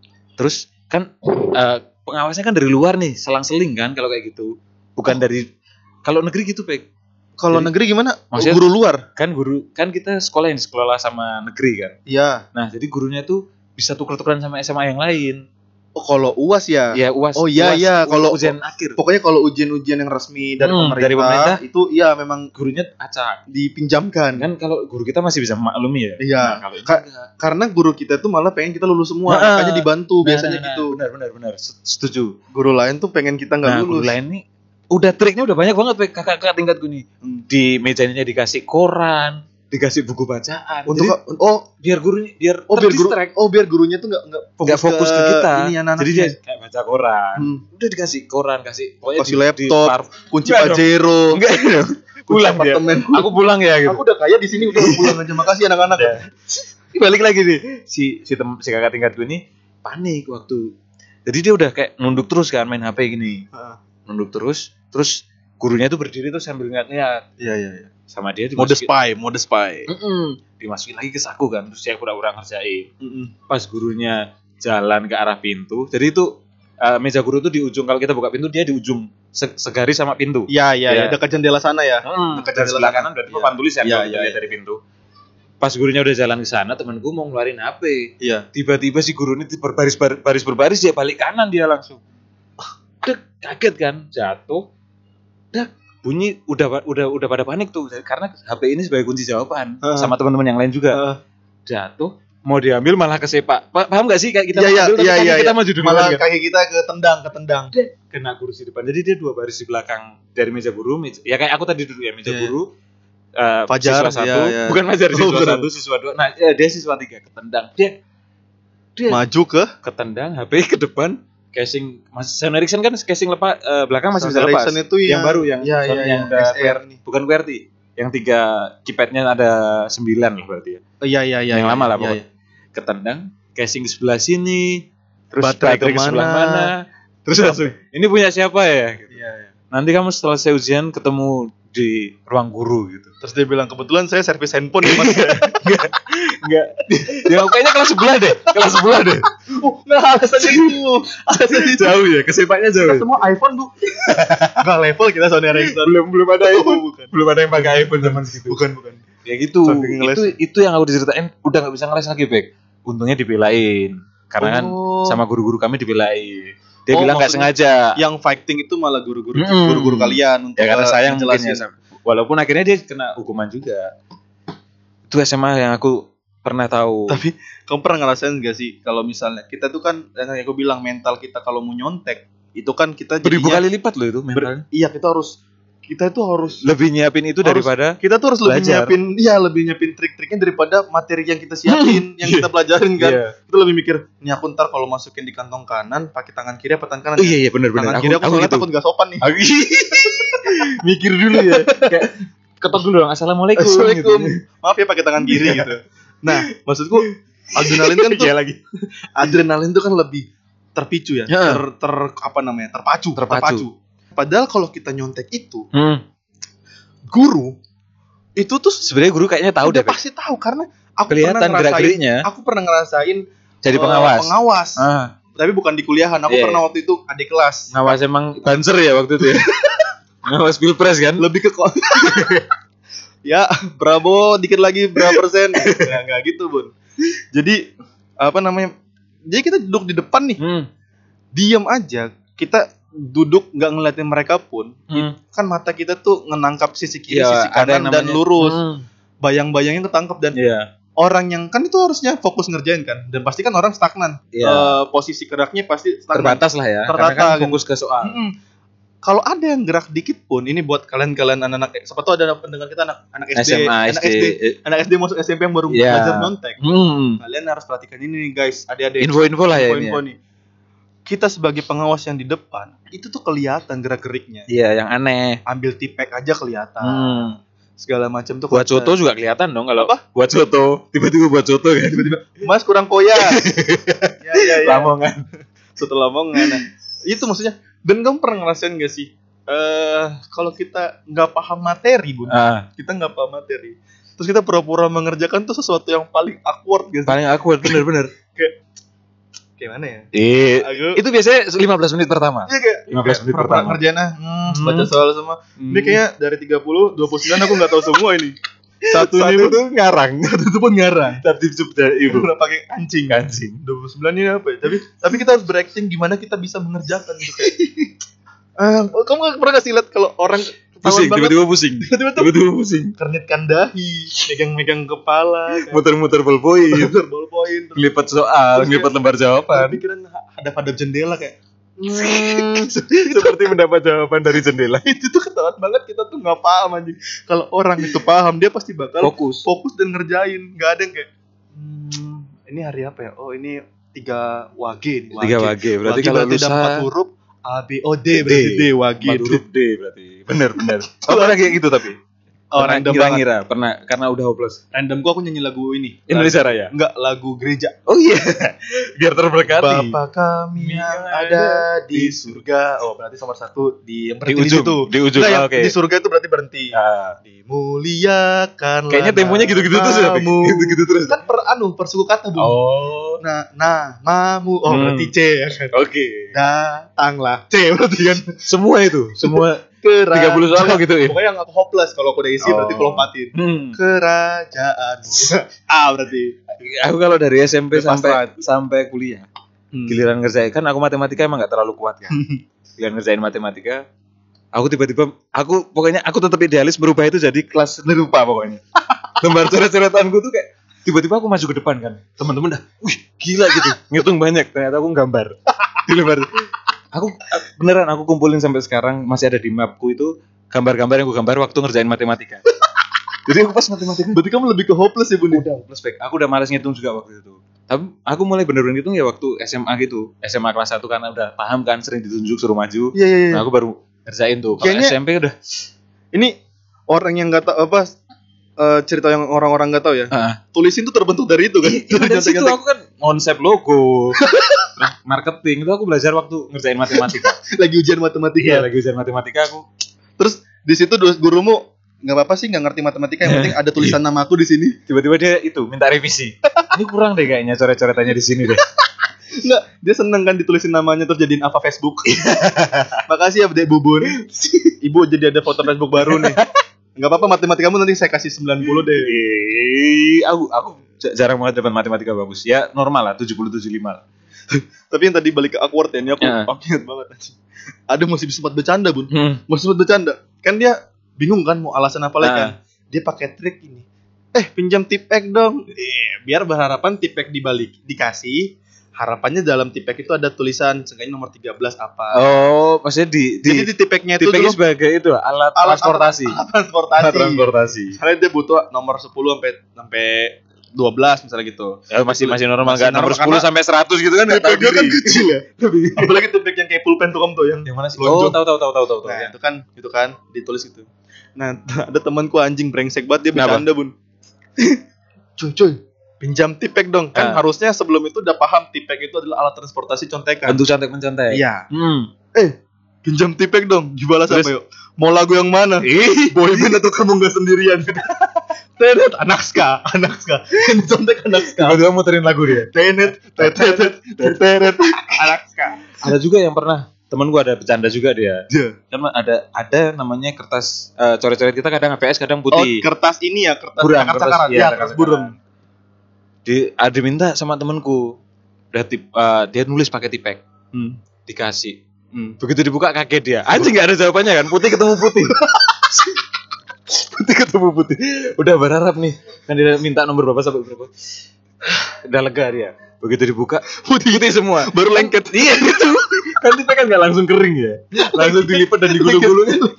Terus kan eh, pengawasnya kan dari luar nih, selang-seling kan kalau kayak gitu. Bukan Oh. dari kalau negeri gitu, Pek. Kalau Jadi- negeri gimana? Maksudnya- Guru luar. Kan guru kan kita sekolah yang dikelola sama negeri kan. Iya. Nah, jadi gurunya tuh bisa tuker-tukeran sama S M A yang lain. Oh kalau U A S ya. Ya, U A S. Oh, iya, U A S, iya. u- Kalau- ujian akhir. Pokoknya kalau ujian-ujian yang resmi dari, Hmm, pemerintah, dari pemerintah. itu iya memang Gurunya acak. dipinjamkan. Kan kalau guru kita masih bisa maklumi ya. Iya. Nah, kalau ini Ka- enggak. Karena guru kita tuh malah pengen kita lulus semua, Nah, makanya dibantu Nah, biasanya nah, nah, gitu. Benar, benar, benar. Setuju. Guru lain tuh pengen kita nggak Nah, lulus. guru lain nih udah triknya udah banyak banget Pek. Kakak-kakak tingkatku nih. Hmm. Di mejanya dikasih koran, dikasih buku bacaan. Untuk Jadi, oh biar gurunya biar oh biar guru terdistract. oh biar gurunya tuh nggak nggak Nggak fokus ke, kita. ini anak-anaknya. Jadi dia kayak baca koran. Hmm. Udah dikasih koran, kasih pokoknya Kasih di- laptop, di par- kunci Enggak dong. Pajero. Enggak dong. Pulang dia. apartemen. Aku pulang ya gitu. Aku udah kaya di sini udah pulang aja. Makasih anak-anak. Ya. Balik lagi nih. Si si, tem, si kakak tingkatku ini panik waktu. Jadi dia udah kayak nunduk terus kan main H P gini. Heeh. Nunduk terus, terus gurunya tuh berdiri tuh sambil ngeliat-ngeliat Iya iya iya. sama dia Mode dimasukin- spy, mode spy. Mm-mm. Dimasukin lagi ke saku kan, terus dia pura-pura ngerjain. Mm-mm. Pas gurunya jalan ke arah pintu, jadi itu uh, meja guru tuh di ujung, kalau kita buka pintu dia di ujung se- segaris sama pintu. Iya iya Iya. iya. Dekat jendela sana ya. Hmm, Dekat dari jendela sebelah sana. kanan berarti Iya. papan tulisan Iya, kalau iya, kita lihat iya. dari pintu. Pas gurunya udah jalan ke sana, temanku mau ngeluarin H P. Iya. Tiba-tiba si guru ini berbaris bar- baris berbaris dia balik kanan dia langsung. Dek, kaget kan, jatuh. Dek, bunyi udah udah udah pada panik tuh karena H P ini sebagai kunci jawaban Heeh. sama teman-teman yang lain juga. Heeh. Jatuh, mau diambil malah kesepak. Pa- Paham gak sih kayak kita Iya iya ambil, tapi iya kaki iya. kita iya. maju duluan Malah kan. kaki kita ketendang, ketendang. Kena kursi depan. Jadi dia dua baris di belakang dari meja guru. Meja, ya kayak aku tadi duduk ya meja Iya. guru. eh, Fajar, siswa satu, iya, iya. bukan Fajar, Oh, siswa bukan. satu, siswa dua. Nah, ya, dia siswa tiga ketendang. Dia dia Maju ke ketendang H P ke depan, casing masih Sony Ericsson kan casing lepas eh, belakang masih bisa Sony lepas. Ericsson itu yang yang- baru yang Iya, Sony iya, yang iya. udah S R Q- nih. bukan Q W E R T Y, yang tiga keypadnya ada sembilan lah berarti ya. Oh, iya iya iya. yang iya, lama lah iya, pokoknya. Ketendang, casing sebelah sini, terus Baterai baterai, ke sebelah kemana? mana, terus langsung ini punya siapa ya? Gitu. Iya iya. Nanti kamu setelah selesai ujian ketemu di ruang guru gitu. Terus dia bilang kebetulan saya servis handphone ya mas. Enggak. Ya kayaknya kelas sebelah deh, kelas sebelah deh. Oh, nah alasannya itu. Alasannya itu. Jauh ya, kesepaknya jauh. Kita Ya? semua iPhone bu. Enggak level kita Sony Ericsson. Belum belum ada Oh, iPhone, bukan. belum ada yang pakai iPhone zaman segitu. Bukan bukan. Ya gitu. Saking ngeles. Itu itu yang aku diceritain udah nggak bisa ngeles lagi, Bek. Untungnya dibelain. Karena kan Oh. sama guru-guru kami dibelain. Dia Oh, bilang nggak maksudnya sengaja. Yang fighting itu malah guru-guru Mm-mm. guru-guru kalian untuk Ya karena uh, sayang mungkin ya. ngejelasin. Walaupun akhirnya dia kena hukuman juga. Itu S M A yang aku pernah tahu. Tapi kamu pernah ngerasain gak sih kalau misalnya kita tuh kan yang aku bilang mental kita kalau mau nyontek itu kan kita beribu jadinya- kali lipat loh itu ber- mentalnya. iya kita harus kita itu harus Lebih nyiapin itu Harus- daripada kita tuh harus lebih belajar. nyiapin iya lebih nyiapin trik-triknya daripada materi yang kita siapin yang kita pelajarin kan. Iya. Kita lebih mikir ini aku ntar kalau masukin di kantong kanan pakai tangan kiri apa tangan kanan Oh, ya? iya iya benar benar. Tangan kiri aku, soalnya takut gak sopan nih. Aku mikir dulu ya. Kayak ketok dulu dong. Assalamualaikum. Assalamualaikum. Gitu. Maaf ya pakai tangan kiri gitu. Nah, maksudku adrenalin kan tuh Iya lagi. adrenalin tuh kan lebih terpicu ya, Ya. ter, ter apa namanya, terpacu, Terpacu. Padahal kalau kita nyontek itu, Hmm. guru itu tuh Sebenarnya guru kayaknya tahu udah deh, Pek. pasti tahu karena aku Kelihatan pernah ngerasain, gerak-geriknya. aku pernah ngerasain Jadi eh, pengawas. pengawas. Ah, Tapi bukan di kuliahan, aku Iya. pernah waktu itu adik kelas. ngawas emang banser ya waktu itu ya. Ngawas pilpres kan? Lebih ke ko- ya, Prabowo dikit lagi berapa persen? Nggak, nggak gitu, Bun. Jadi apa namanya? Jadi kita duduk di depan nih, Hmm. diam aja. Kita duduk nggak ngeliatin mereka pun. Hmm. Kan mata kita tuh ngenangkap sisi kiri, Iya, sisi ada yang kanan dan namanya- lurus. Hmm. Bayang-bayangnya ketangkep dan Iya. orang yang kan itu harusnya fokus ngerjain kan, dan pasti kan orang stagnan. Iya. Eh, posisi geraknya pasti stagnan. Terbatas lah ya. Tertata, Karena kan gitu. fokus ke soal. Mm-mm. Kalau ada yang gerak dikit pun, ini buat kalian-kalian anak-anak, siapa tahu ada pendengar kita anak anak S D, S M A, anak S D. S D, anak S D masuk S M P yang baru Iya. belajar nyontek. Hmm. Kalian harus perhatikan ini nih guys, adik-adik. Info-info lah ya ini. Info-info Ya. nih. Kita sebagai pengawas yang di depan, itu tuh kelihatan gerak-geriknya. Iya, yang aneh. Ambil tipek aja kelihatan. Hmm. Segala macam tuh. Buat kelihatan. soto juga kelihatan dong kalau Apa? buat soto. Tiba-tiba buat soto kan. Tiba-tiba, Mas kurang koya. ya ya ya. Lamongan. Setelah Lamongan. Nah, itu maksudnya. Dan kamu pernah ngerasain gak sih? Eh, kalau kita nggak paham materi, Bun. Ah, Kita nggak paham materi. Terus kita pura-pura mengerjakan tuh sesuatu yang paling awkward gitu. paling awkward bener-bener. Kayak kayak mana ya? Eh, Aku itu biasanya lima belas menit pertama. Iya kayak lima belas menit pura-pura pertama. ngerjain ah, hmm, Hmm. baca soal semua. Hmm. Ini kayaknya dari tiga puluh, dua puluh sembilan aku nggak tahu semua ini. Satu, Satu ini itu ngarang. satu itu pun ngarang. Tertib dari ibu. Udah pakai kancing. Kancing. dua puluh sembilan ini apa ya? Tapi tapi kita harus berakting gimana kita bisa mengerjakan gitu kayak. Ah, kamu pernah gak sih lihat kalau orang ketahuan Pusing, banget, tiba-tiba pusing. tiba-tiba tuh Tiba-tiba pusing. kernitkan dahi, megang-megang kepala, kan. Muter-muter ballpoint. Muter ballpoint, terus Ngelipat soal, ngelipat lembar jawaban. pikiran hadap-hadap jendela kayak Seperti mendapat jawaban dari jendela. itu tuh ketahuan banget kita tuh nggak paham anjing. Kalau orang itu paham dia pasti bakal Fokus. fokus dan ngerjain. Nggak ada yang kayak hmm, ini hari apa ya? Oh ini tiga wage nih. Tiga wage. Berarti Wage kalau berarti ada lusa empat huruf A B O D berarti D wage. empat huruf D berarti. Bener bener. Oh, pernah kayak gitu tapi. Oh, Pernah random ngira-ngira, pernah karena udah hopeless. Random gua aku nyanyi lagu ini. Indonesia Raya. Enggak, lagu gereja. Oh iya. Biar terberkati. Bapa kami yang ada di surga. Oh, berarti nomor satu di yang Di berhenti ujung, situ. di ujung. Enggak, Ah, yang oke. di surga itu berarti berhenti. Ah. Dimuliakan. Kayaknya temponya gitu-gitu terus ya, Pik? Gitu-gitu terus. Kan per anu, per suku kata, Bu. Oh. Nah, nah, mamu. Oh, Hmm. berarti C ya kan. Oke. Datanglah. C berarti kan. Semua itu, semua Kerajaan. tiga puluh soal kok gituin. Pokoknya yang aku hopeless kalau aku udah isi Oh. berarti aku lompatin. Hmm. Kerajaanmu. A berarti. Aku kalau dari S M P Udah sampai pasrah. sampai kuliah, Hmm. giliran ngerjain kan aku matematika emang gak terlalu kuat kan. Giliran ngerjain matematika, aku tiba-tiba aku pokoknya aku tetap idealis berubah itu jadi kelas seni rupa pokoknya. Lembar coret-coretanku tuh kayak tiba-tiba aku maju ke depan kan. Teman-teman dah, wih gila gitu, ngitung banyak. Ternyata aku gambar di lembar. Aku beneran aku kumpulin sampai sekarang masih ada di mapku itu gambar-gambar yang aku gambar waktu ngerjain matematika. Jadi aku pas matematika Berarti kamu lebih ke hopeless ya, Bun? udah plus back. Aku udah malas ngitung juga waktu itu. Tapi aku mulai bener-bener ngitung ya waktu S M A gitu. S M A kelas satu karena udah paham kan, sering ditunjuk suruh maju. Iya, iya, iya. Nah, aku baru ngerjain tuh. Kalau Kayaknya- S M P udah Ini orang yang nggak tahu apa eh, cerita yang orang-orang nggak tahu ya. Heeh. Tulisin tuh terbentuk dari itu kan. Iya, dari situ aku kan konsep logo. Nah, marketing itu aku belajar waktu ngerjain matematika. lagi ujian matematika. Iya, lagi ujian matematika aku. Terus di situ dus- gurumu nggak apa-apa sih nggak ngerti matematika, yang penting ada tulisan namaku di sini. Tiba-tiba dia itu minta revisi. Ini kurang deh kayaknya coret-coretannya di sini deh. Enggak, dia seneng kan ditulisin namanya terus jadiin apa Facebook. Makasih ya Dek Bubun. Ibu jadi ada foto Facebook baru nih. Enggak apa-apa, matematikamu nanti saya kasih sembilan puluh deh. Eh, aku aku j- jarang banget dapat matematika bagus. Ya normal lah, tujuh puluh tujuh puluh lima lah. Tapi yang tadi balik ke awkward ya, ini aku Ya. aku ingat banget anjing. Ada masih sempat bercanda, Bun. Hmm. Masih sempat bercanda. Kan dia bingung kan mau alasan apa lagi Ah. kan. Dia pakai trik ini. Eh, pinjam tipek dong. Eh, biar berharapan tipek dibalik dikasih. Harapannya dalam tipek itu ada tulisan seenggaknya nomor tiga belas apa. Oh, maksudnya di di Jadi di tipeknya itu tipenya dulu sebagai itu alat, alat transportasi. Alat transportasi. Alat transportasi. Misalnya dia butuh nomor sepuluh sampai sampai dua belas misalnya gitu. Ya, masih masih normal Masih kan nomor normal, sepuluh karena sampai seratus gitu kan enggak tahu Tipeknya kan diri. kecil ya. Apalagi tipek yang kayak pulpen tuh kamu tuh yang Yang mana sih? lonjong. Oh, tahu tahu tahu tahu tahu. tahu, Nah, ya. itu kan itu kan ditulis gitu. Nah, ada temanku anjing brengsek banget dia Kenapa? bercanda, Bun. Cuy, cuy. Pinjam tipek dong. Kan Ah. harusnya sebelum itu udah paham tipek itu adalah alat transportasi contekan. Untuk contek mencontek. Iya. Hmm. Eh, pinjam tipek dong. Dibalas Terus? apa yuk? Mau lagu yang mana? Ih, Boyband atau kamu nggak sendirian? Tenet, anak ska, anak ska. Ini contek anak ska. tiba-tiba muterin lagu dia. Tenet, tetet, tetet, anak ska. Ada juga yang pernah temen gua ada bercanda juga dia. Iya. Kan ada ada namanya kertas eh, coret-coret kita kadang A P S kadang Oh, putih. kertas ini ya, kertas Burang, cakar-cakaran. kertas- iya, Ya, kertas burung. Di ada minta sama temenku. Udah tip, eh, dia nulis pakai tipek. Hmm. Dikasih. Hmm. Begitu dibuka kaget dia. Anjing enggak ada jawabannya kan. Putih ketemu putih. Putih ketemu putih. Udah berharap nih. Kan dia minta nomor berapa sampai berapa. Udah lega dia. Begitu dibuka putih-putih semua. Baru lengket. Iya gitu. Kan tipek kan enggak langsung kering ya. Langsung dilipat dan digulung-gulung.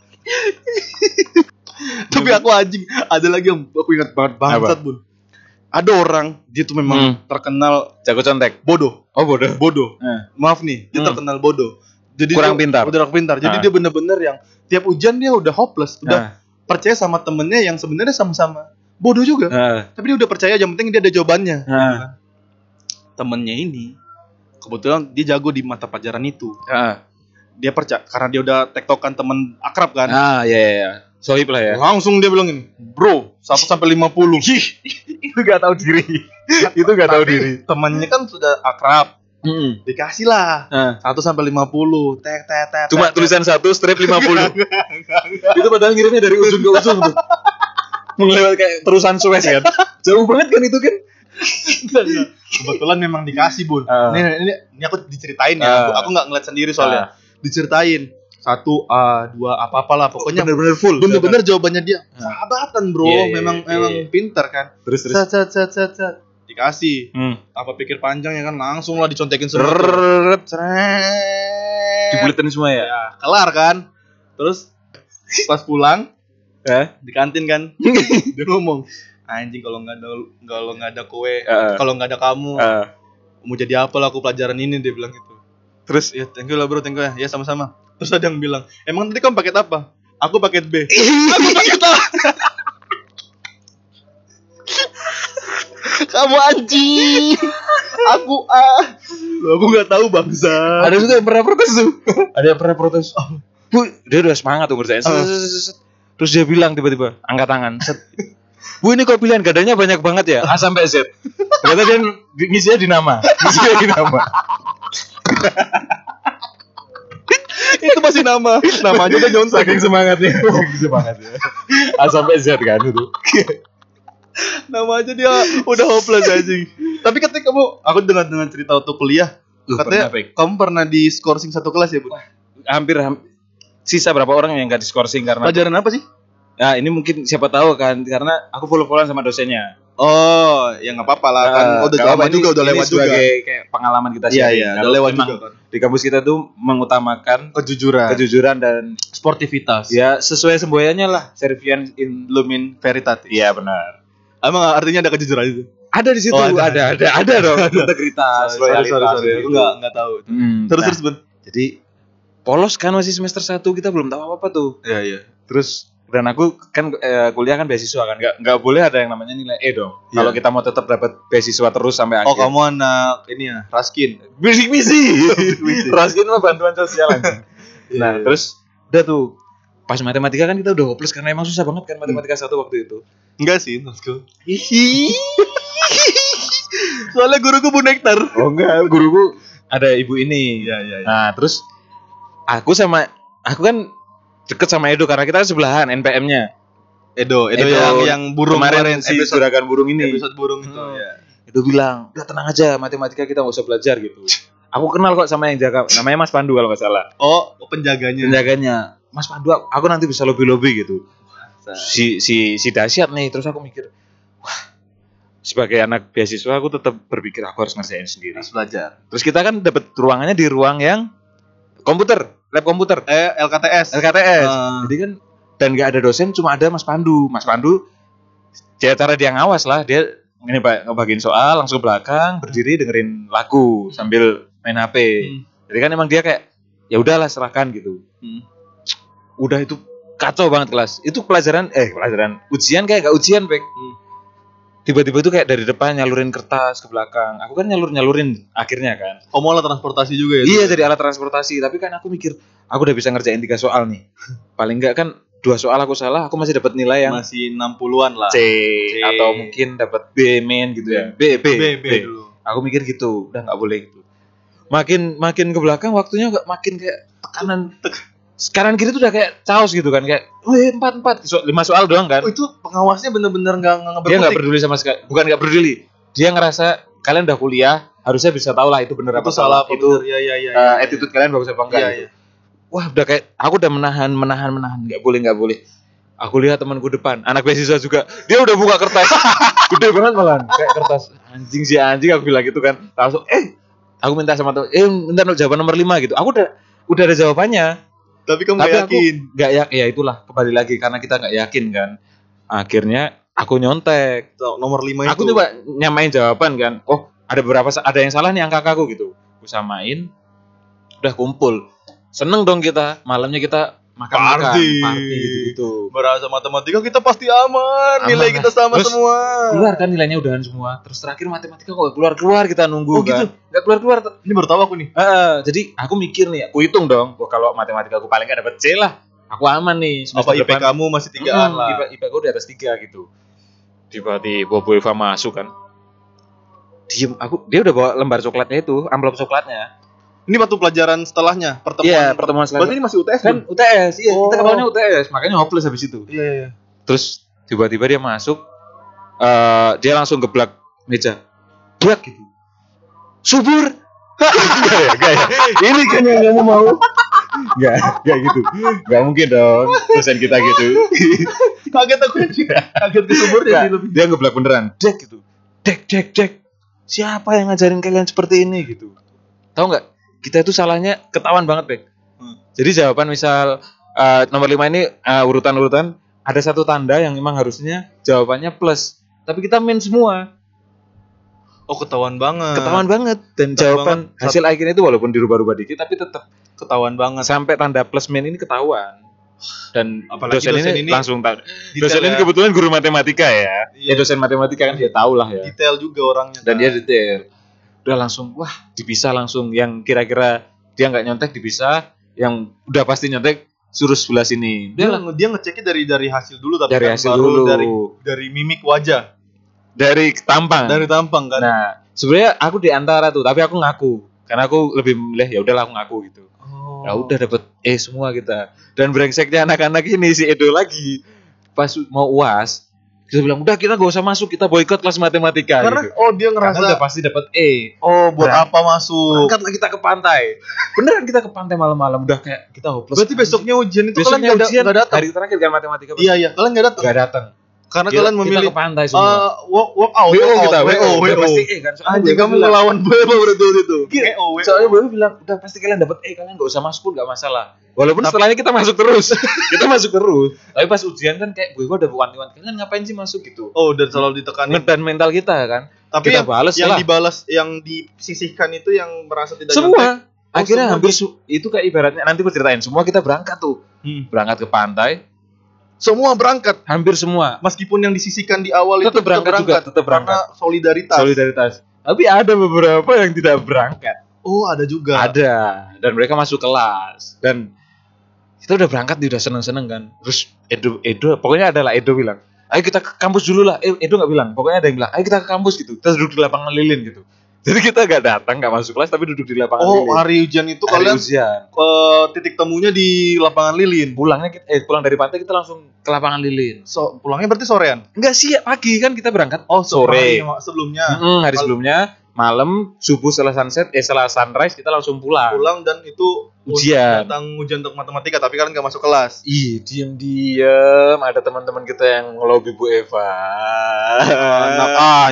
Tapi aku anjing, ada lagi yang aku ingat banget bangsat, Bun. Ada orang, dia tuh memang Hmm. terkenal Jago contek. bodoh. Oh bodoh. Bodoh. Eh. Maaf nih, dia Hmm. terkenal bodoh. Jadi Kurang dia, pintar. Udah kurang pintar. Jadi Ah. dia bener-bener yang tiap ujian dia udah hopeless, udah Nah, percaya sama temennya yang sebenarnya sama-sama bodoh juga. nah, Tapi dia udah percaya, yang penting dia ada jawabannya. nah, Temennya ini kebetulan dia jago di mata pelajaran itu. nah. Dia percaya karena dia udah tektokan temen akrab kan. Ah, ya ya ya. Sohib lah ya. Langsung dia bilang ini, bro, satu sampai lima puluh. Itu gak tahu diri. Itu gak tahu diri. Temennya kan sudah akrab, Hmm. dikasih lah Nah, satu sampai lima puluh. Tek tek tek. cuma tek, tulisan satu strip lima puluh. Itu padahal ngirimnya dari ujung ke ujung tuh. Melewat kayak terusan Suez kan. Jauh banget kan itu kan. tek. Kebetulan memang dikasih, Bun. Ah. Ini, ini ini aku diceritain ya. Ah. Aku aku nggak ngeliat sendiri soalnya. Diceritain satu A, dua apa apalah pokoknya bener-bener full. bener-bener jawabannya dia Ah. sahabatan, bro. Iya, iya, memang iya. memang pintar kan. Terus terus. Set set set set set. Dikasih. Hmm. Apa pikir panjang ya kan, langsung lah dicontekin semua. tuh. Rrrr. Seret. Dibuletin semua ya. Ya, kelar kan. Terus pas pulang Eh? di kantin kan dia ngomong, anjing kalau nggak ada kalau nggak ada kue, Eh. kalau nggak ada kamu, Eh. mau jadi apa lah aku pelajaran ini, dia bilang gitu. Terus Ya thank you lah bro, thank you ya, ya sama-sama. Terus ada yang bilang, emang tadi kamu paket apa? Aku paket B. Aku paket A. Kamu anjing. Aku A. Loh, aku nggak tahu bangsa. ada juga yang pernah protes tuh. Ada yang pernah protes. Bu, dia udah semangat tuh ngerjain. Set, set, set, set. Terus dia bilang tiba-tiba, angkat tangan. Set. Bu, ini kok pilihan gadanya banyak banget ya? A sampai Z. Ternyata dia ngisinya di nama. Ngisinya di nama. Itu masih nama. Namanya udah nyontek. Saking semangatnya. Saking semangatnya. A sampai Z kan itu. Nama aja dia udah hopeless anjing. Tapi ketika kamu, aku dengar dengan cerita waktu kuliah, Loh, katanya pernah, Pek. kamu pernah di skorsing satu kelas ya, Bu? Hampir ham- sisa berapa orang yang gak diskorsing karena Pelajaran apa sih? ya ini mungkin siapa tahu kan karena aku follow-followan sama dosennya. Oh, ya nggak apa-apa lah kan. Eh, udah gak lama apa-apa, juga, ini- udah ini lewat juga. sebagai kayak pengalaman kita Iya, sharing. iya, Kalau udah lewat memang juga kan. di kampus kita tuh mengutamakan Kejujuran, kejujuran dan sportivitas, ya sesuai semboyannya lah, servian in lumin veritatis. iya benar. Emang artinya ada kejujuran itu? Ada di situ, Oh, ada, ada. ada, ada, dong. Integritas, Sorry, sorry, loyalitas. sorry. Aku gitu. nggak nggak tahu. Hmm, Terus nah, terus Bun. jadi polos kan masih semester satu kita belum tahu apa apa tuh. Iya iya. Terus dan aku kan eh, kuliah kan beasiswa kan, nggak nggak boleh ada yang namanya nilai E dong. Iya. Kalau kita mau tetap dapat beasiswa terus sampai akhir. Oh kamu anak ini ya, Raskin. bisik misi. misi. Raskin mah bantuan sosial aja. Iya, Nah, iya. terus udah tuh pas matematika kan kita udah hopeless karena emang susah banget kan matematika satu waktu itu. Enggak sih, maksudku. Hihi. Soalnya guruku Bu Nektar. Oh enggak, guruku ada ibu ini. Iya iya iya. Nah, terus aku sama aku kan deket sama Edo karena kita kan sebelahan N P M-nya. Edo, Edo, Edo, yang yang burung Kemarin si episode, Juragan Burung ini. episode burung itu Hmm. ya. Edo bilang, "Udah tenang aja, matematika kita nggak usah belajar gitu." Aku kenal kok sama yang jaga, namanya Mas Pandu kalau nggak salah. Oh, penjaganya. Penjaganya, Mas Pandu, aku nanti bisa lobby-lobby gitu. Si si si dahsyat nih, terus aku mikir, wah, sebagai anak beasiswa aku tetap berpikir aku harus ngerjain sendiri. Harus belajar. Terus kita kan dapat ruangannya di ruang yang komputer, lab komputer, Eh, L K T S. L K T S. Ah. Jadi kan dan nggak ada dosen, cuma ada Mas Pandu. Mas Pandu, dia cara dia ngawas lah, dia ini pak ngebagiin soal langsung ke belakang berdiri dengerin lagu sambil main H P. Hmm. Jadi kan emang dia kayak ya udahlah serahkan gitu. Hmm. Udah itu kacau banget kelas. Itu pelajaran eh pelajaran ujian kayak gak ujian, Pek. Hmm. tiba-tiba itu kayak dari depan nyalurin kertas ke belakang. Aku kan nyalur-nyalurin akhirnya kan. Oh, mau alat transportasi juga ya? Iya, jadi alat transportasi. Tapi kan aku mikir, aku udah bisa ngerjain tiga soal nih. Paling enggak kan dua soal aku salah, aku masih dapat nilai yang masih enam puluhan lah. C, C. Atau mungkin dapat B main gitu ya. B, B, B, B, B. dulu. Aku mikir gitu, udah nggak boleh gitu. Makin makin ke belakang waktunya nggak makin kayak tekanan. Sekarang kiri tuh udah kayak caos gitu kan, kayak, wih empat empat, so, lima soal doang kan. Oh, itu pengawasnya bener-bener nggak nggak Dia nggak peduli sama sekali, bukan nggak peduli. Dia ngerasa kalian udah kuliah, harusnya bisa tahu lah itu bener apa salah. Apa itu ya, ya, ya, uh, ya, attitude ya. Kalian bagus apa enggak ya, gitu. Ya. Wah udah kayak aku udah menahan menahan menahan nggak boleh nggak boleh. Aku lihat temanku depan anak beasiswa juga, dia udah buka kertas gede banget malah kayak kertas anjing sih anjing, aku bilang gitu kan langsung eh aku minta sama teman eh minta jawaban nomor lima gitu. Aku udah udah ada jawabannya tapi kamu tapi gak yakin nggak yakin ya, itulah kembali lagi karena kita nggak yakin kan. Akhirnya aku nyontek so, nomor lima itu aku coba nyamain jawaban kan, oh ada beberapa ada yang salah nih angka aku gitu, aku samain udah kumpul. Seneng dong kita, malamnya kita makan-makan, party, party gitu-gitu. Berasa matematika kita pasti aman, aman nilai lah. Kita sama terus semua. Keluar kan nilainya udahan semua. Terus terakhir matematika kok keluar-keluar, kita nunggu oh, kan. gitu? Gak keluar-keluar. Ini baru tahu aku nih. Uh, jadi aku mikir nih, aku hitung dong. Wah, kalau matematika aku paling gak dapet C lah, aku aman nih. Apa I P kamu masih tigaan hmm, lah? I P, I P aku di atas tiga gitu. Tiba-tiba Bu Eva masuk kan. Diem, aku dia udah bawa lembar coklatnya itu, amplop coklatnya. Ini waktu pelajaran setelahnya, pertemuan. Iya, pertemuan setelahnya. Berarti ini masih U T S kan? U T S, iya. Oh. Kita ketawanya U T S, makanya hopeless habis itu. Iya, iya. Terus tiba-tiba dia masuk, uh, dia langsung geblak meja. Blak gitu. Subur. Enggak ya, enggak ya. Ini kan yang kamu mau. Enggak, enggak gitu. Enggak mungkin dong dosen kita gitu. Kaget aku. Kaget ke subur dia lebih. Dia geblak beneran. Dek gitu. Dek, dek, dek. Siapa yang ngajarin kalian seperti ini gitu? Tahu enggak? Kita itu salahnya ketahuan banget, Bek. Hmm. Jadi jawaban misal uh, nomor lima ini uh, urutan-urutan ada satu tanda yang memang harusnya jawabannya plus, tapi kita min semua. Oh, ketahuan banget. Ketahuan banget dan ketahuan jawaban banget. Hasil akhirnya itu walaupun dirubah-rubah dikit tapi tetap ketahuan banget. Sampai tanda plus min ini ketahuan. Dan apalagi dosen, dosen ini, ini langsung tahu. Dosen ya. Ini kebetulan guru matematika ya. Iya. Ya dosen matematika kan dia tahu lah ya. Detail juga orangnya. Dan kan. Dia detail. Udah langsung wah dipisah langsung, yang kira-kira dia nggak nyontek dipisah, yang udah pasti nyontek suruh sebelah sini. Dia dia, dia ngeceknya dari dari hasil dulu tapi dari kan hasil baru dulu dari dari mimik wajah, dari tampang dari tampang kan. Nah sebenarnya aku di antara tuh tapi aku ngaku karena aku lebih milih ya udahlah aku ngaku gitu. Oh. Ya udah dapet E semua kita. Dan brengseknya anak-anak ini si Edo lagi pas mau U A S dia bilang udah kita gak usah masuk, kita boikot kelas matematika. Karena gitu. oh dia ngerasa karena udah pasti dapat E. Oh buat Berang, apa masuk? Berangkatlah kita ke pantai. Beneran kita ke pantai malam-malam udah kayak kita hopeless. Berarti besoknya ujian itu besoknya kalian ujian, gak datang. Hari terakhir kan matematika. Iya iya, kalian gak datang. Gak datang. Karena kita, kalian memilih kita ke pantai semua. Uh, walk, walk out. W O kita, W O, W O. pasti E kan. Anjing kamu ngelawan B O berarti itu. W O. Soalnya B O bilang udah pasti kalian dapat E, kalian gak usah masuk pun gak masalah. Walaupun tapi, setelahnya kita masuk terus. Kita masuk terus. Tapi pas ujian kan kayak gue udah wanti-wanti. Kalian ngapain sih masuk gitu? Oh, dan selalu ditekanin. Ngedan mental kita kan. Tapi kita yang, balas yang lah. dibalas, yang disisihkan itu yang merasa tidak semua. nyontek. Oh, akhirnya semua hampir su- itu kayak ibaratnya nanti gue ceritain. Semua kita berangkat tuh. Hmm. Berangkat ke pantai. Semua berangkat. Hampir semua. Meskipun yang disisihkan di awal tetap itu berangkat, tetap berangkat juga, tetap berangkat. Karena solidaritas. Solidaritas. Tapi ada beberapa yang tidak berangkat. Oh, ada juga. Ada. Dan mereka masuk kelas. Dan kita udah berangkat, dia udah seneng-seneng kan. Terus Edo, Edo, pokoknya ada lah Edo bilang, ayo kita ke kampus dulu lah. Eh, Edo nggak bilang, pokoknya ada yang bilang, ayo kita ke kampus gitu. Kita duduk di lapangan lilin gitu. Jadi kita nggak datang, nggak masuk kelas, tapi duduk di lapangan oh, lilin. Oh, hari ujian itu hari kalian ujian. Ke titik temunya di lapangan lilin. Pulangnya kita, eh pulang dari pantai kita langsung ke lapangan lilin. So pulangnya berarti sorean? Enggak sih, pagi kan kita berangkat. Oh sore. Sebelumnya. Mm-hmm, hari Mal- sebelumnya. Malam subuh setelah sunset, eh setelah sunrise kita langsung pulang. Pulang dan itu ujian. Tentang ujian untuk matematika, tapi kalian nggak masuk kelas. Ih, diem-diem. Ada teman-teman kita yang ngelobi Bu Eva. Anak